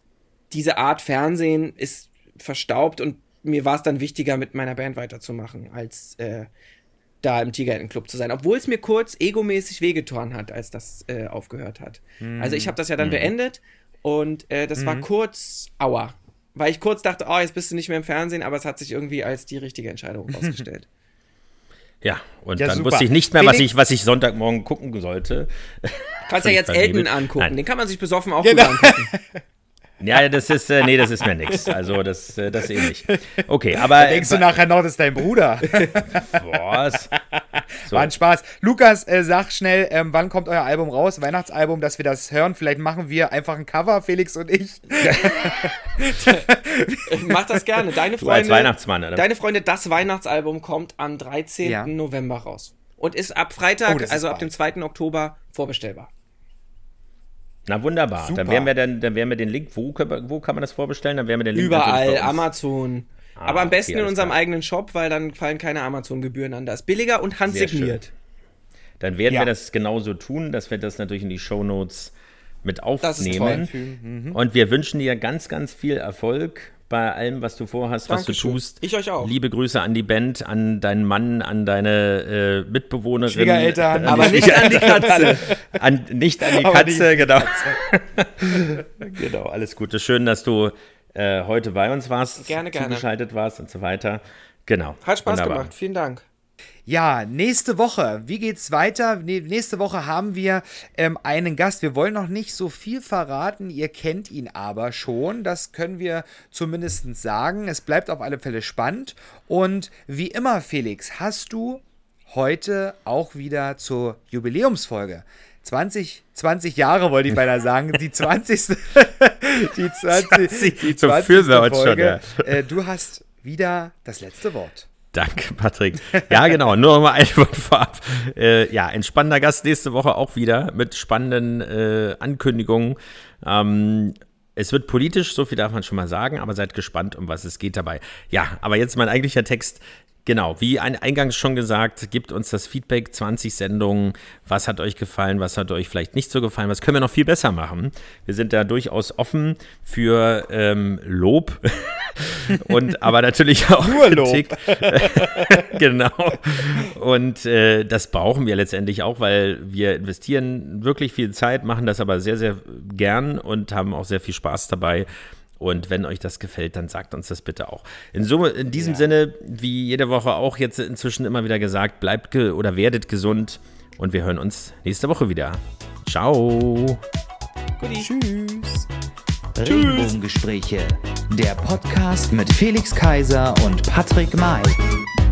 diese Art Fernsehen ist verstaubt und mir war es dann wichtiger, mit meiner Band weiterzumachen, als äh, da im Tigerentenclub zu sein. Obwohl es mir kurz egomäßig wehgetan hat, als das äh, aufgehört hat. Mhm. Also ich habe das ja dann mhm. beendet und äh, das mhm. war kurz aua. Weil ich kurz dachte, oh, jetzt bist du nicht mehr im Fernsehen, aber es hat sich irgendwie als die richtige Entscheidung rausgestellt. Ja, und ja, dann super. wusste ich nicht mehr, was ich, was ich Sonntagmorgen gucken sollte. Kannst ja jetzt Elton angucken, Nein. den kann man sich besoffen auch genau. gut angucken. Ja, das ist, äh, nee, das ist mir nix. Also, das, äh, das eh nicht. Okay, aber. Da denkst du nachher noch, das ist dein Bruder. Was? So. War ein Spaß. Lukas, äh, sag schnell, ähm, wann kommt euer Album raus? Weihnachtsalbum, dass wir das hören. Vielleicht machen wir einfach ein Cover, Felix und ich. Mach das gerne. Deine Du als Freunde, Weihnachtsmann, oder? Deine Freunde, das Weihnachtsalbum kommt am dreizehnten Ja. November raus. Und ist ab Freitag, Oh, das ist also ab bald. dem zweiten Oktober, vorbestellbar. Na wunderbar. Super. Dann werden wir dann, dann werden wir den Link, wo, können wir- wo kann man das vorbestellen? Dann werden wir den Link natürlich Überall, bei uns. Amazon. Ah, Aber am besten okay, in alles unserem klar. eigenen Shop, weil dann fallen keine Amazon-Gebühren an. Das ist billiger und handsigniert. Dann werden Ja. wir das genauso tun, dass wir das natürlich in die Shownotes mit Das ist aufnehmen. toll. Und wir wünschen dir ganz, ganz viel Erfolg bei allem, was du vorhast, was Dankeschön. du tust. Ich euch auch. Liebe Grüße an die Band, an deinen Mann, an deine äh, Mitbewohnerin. Schwiegereltern. an Aber die nicht an die Katze. An, nicht an die Aber Katze, die genau. Genau, alles Gute. Schön, dass du äh, heute bei uns warst, Gerne, gerne. zugeschaltet warst und so weiter. Genau. Hat Spaß Wunderbar. gemacht. Vielen Dank. Ja, nächste Woche, wie geht's weiter? Ne- Nächste Woche haben wir ähm, einen Gast. Wir wollen noch nicht so viel verraten, ihr kennt ihn aber schon. Das können wir zumindest sagen. Es bleibt auf alle Fälle spannend. Und wie immer, Felix, hast du heute auch wieder zur Jubiläumsfolge zwanzig, zwanzig Jahre, wollte ich beinahe sagen, die zwanzigste. Die zwanzig, die Zum zwanzigste Fürsorge schon, Folge. Äh, du hast wieder das letzte Wort. Danke, Patrick. Ja, genau, nur noch mal ein Wort vorab. Äh, ja, ein spannender Gast nächste Woche auch wieder mit spannenden äh, Ankündigungen. Ähm, es wird politisch, so viel darf man schon mal sagen, aber seid gespannt, um was es geht dabei. Ja, aber jetzt mein eigentlicher Text. Genau, wie ein, eingangs schon gesagt, gebt uns das Feedback, zwanzig Sendungen, was hat euch gefallen, was hat euch vielleicht nicht so gefallen, was können wir noch viel besser machen. Wir sind da durchaus offen für ähm, Lob und aber natürlich auch Nur Lob. Kritik. Genau. Und äh, das brauchen wir letztendlich auch, weil wir investieren wirklich viel Zeit, machen das aber sehr, sehr gern und haben auch sehr viel Spaß dabei. Und wenn euch das gefällt, dann sagt uns das bitte auch. In, Summe, in diesem Ja. Sinne, wie jede Woche auch jetzt inzwischen immer wieder gesagt, bleibt ge- oder werdet gesund und wir hören uns nächste Woche wieder. Ciao. Guti. Tschüss. Regenbogengespräche, der Podcast mit Felix Kaiser und Patrick May.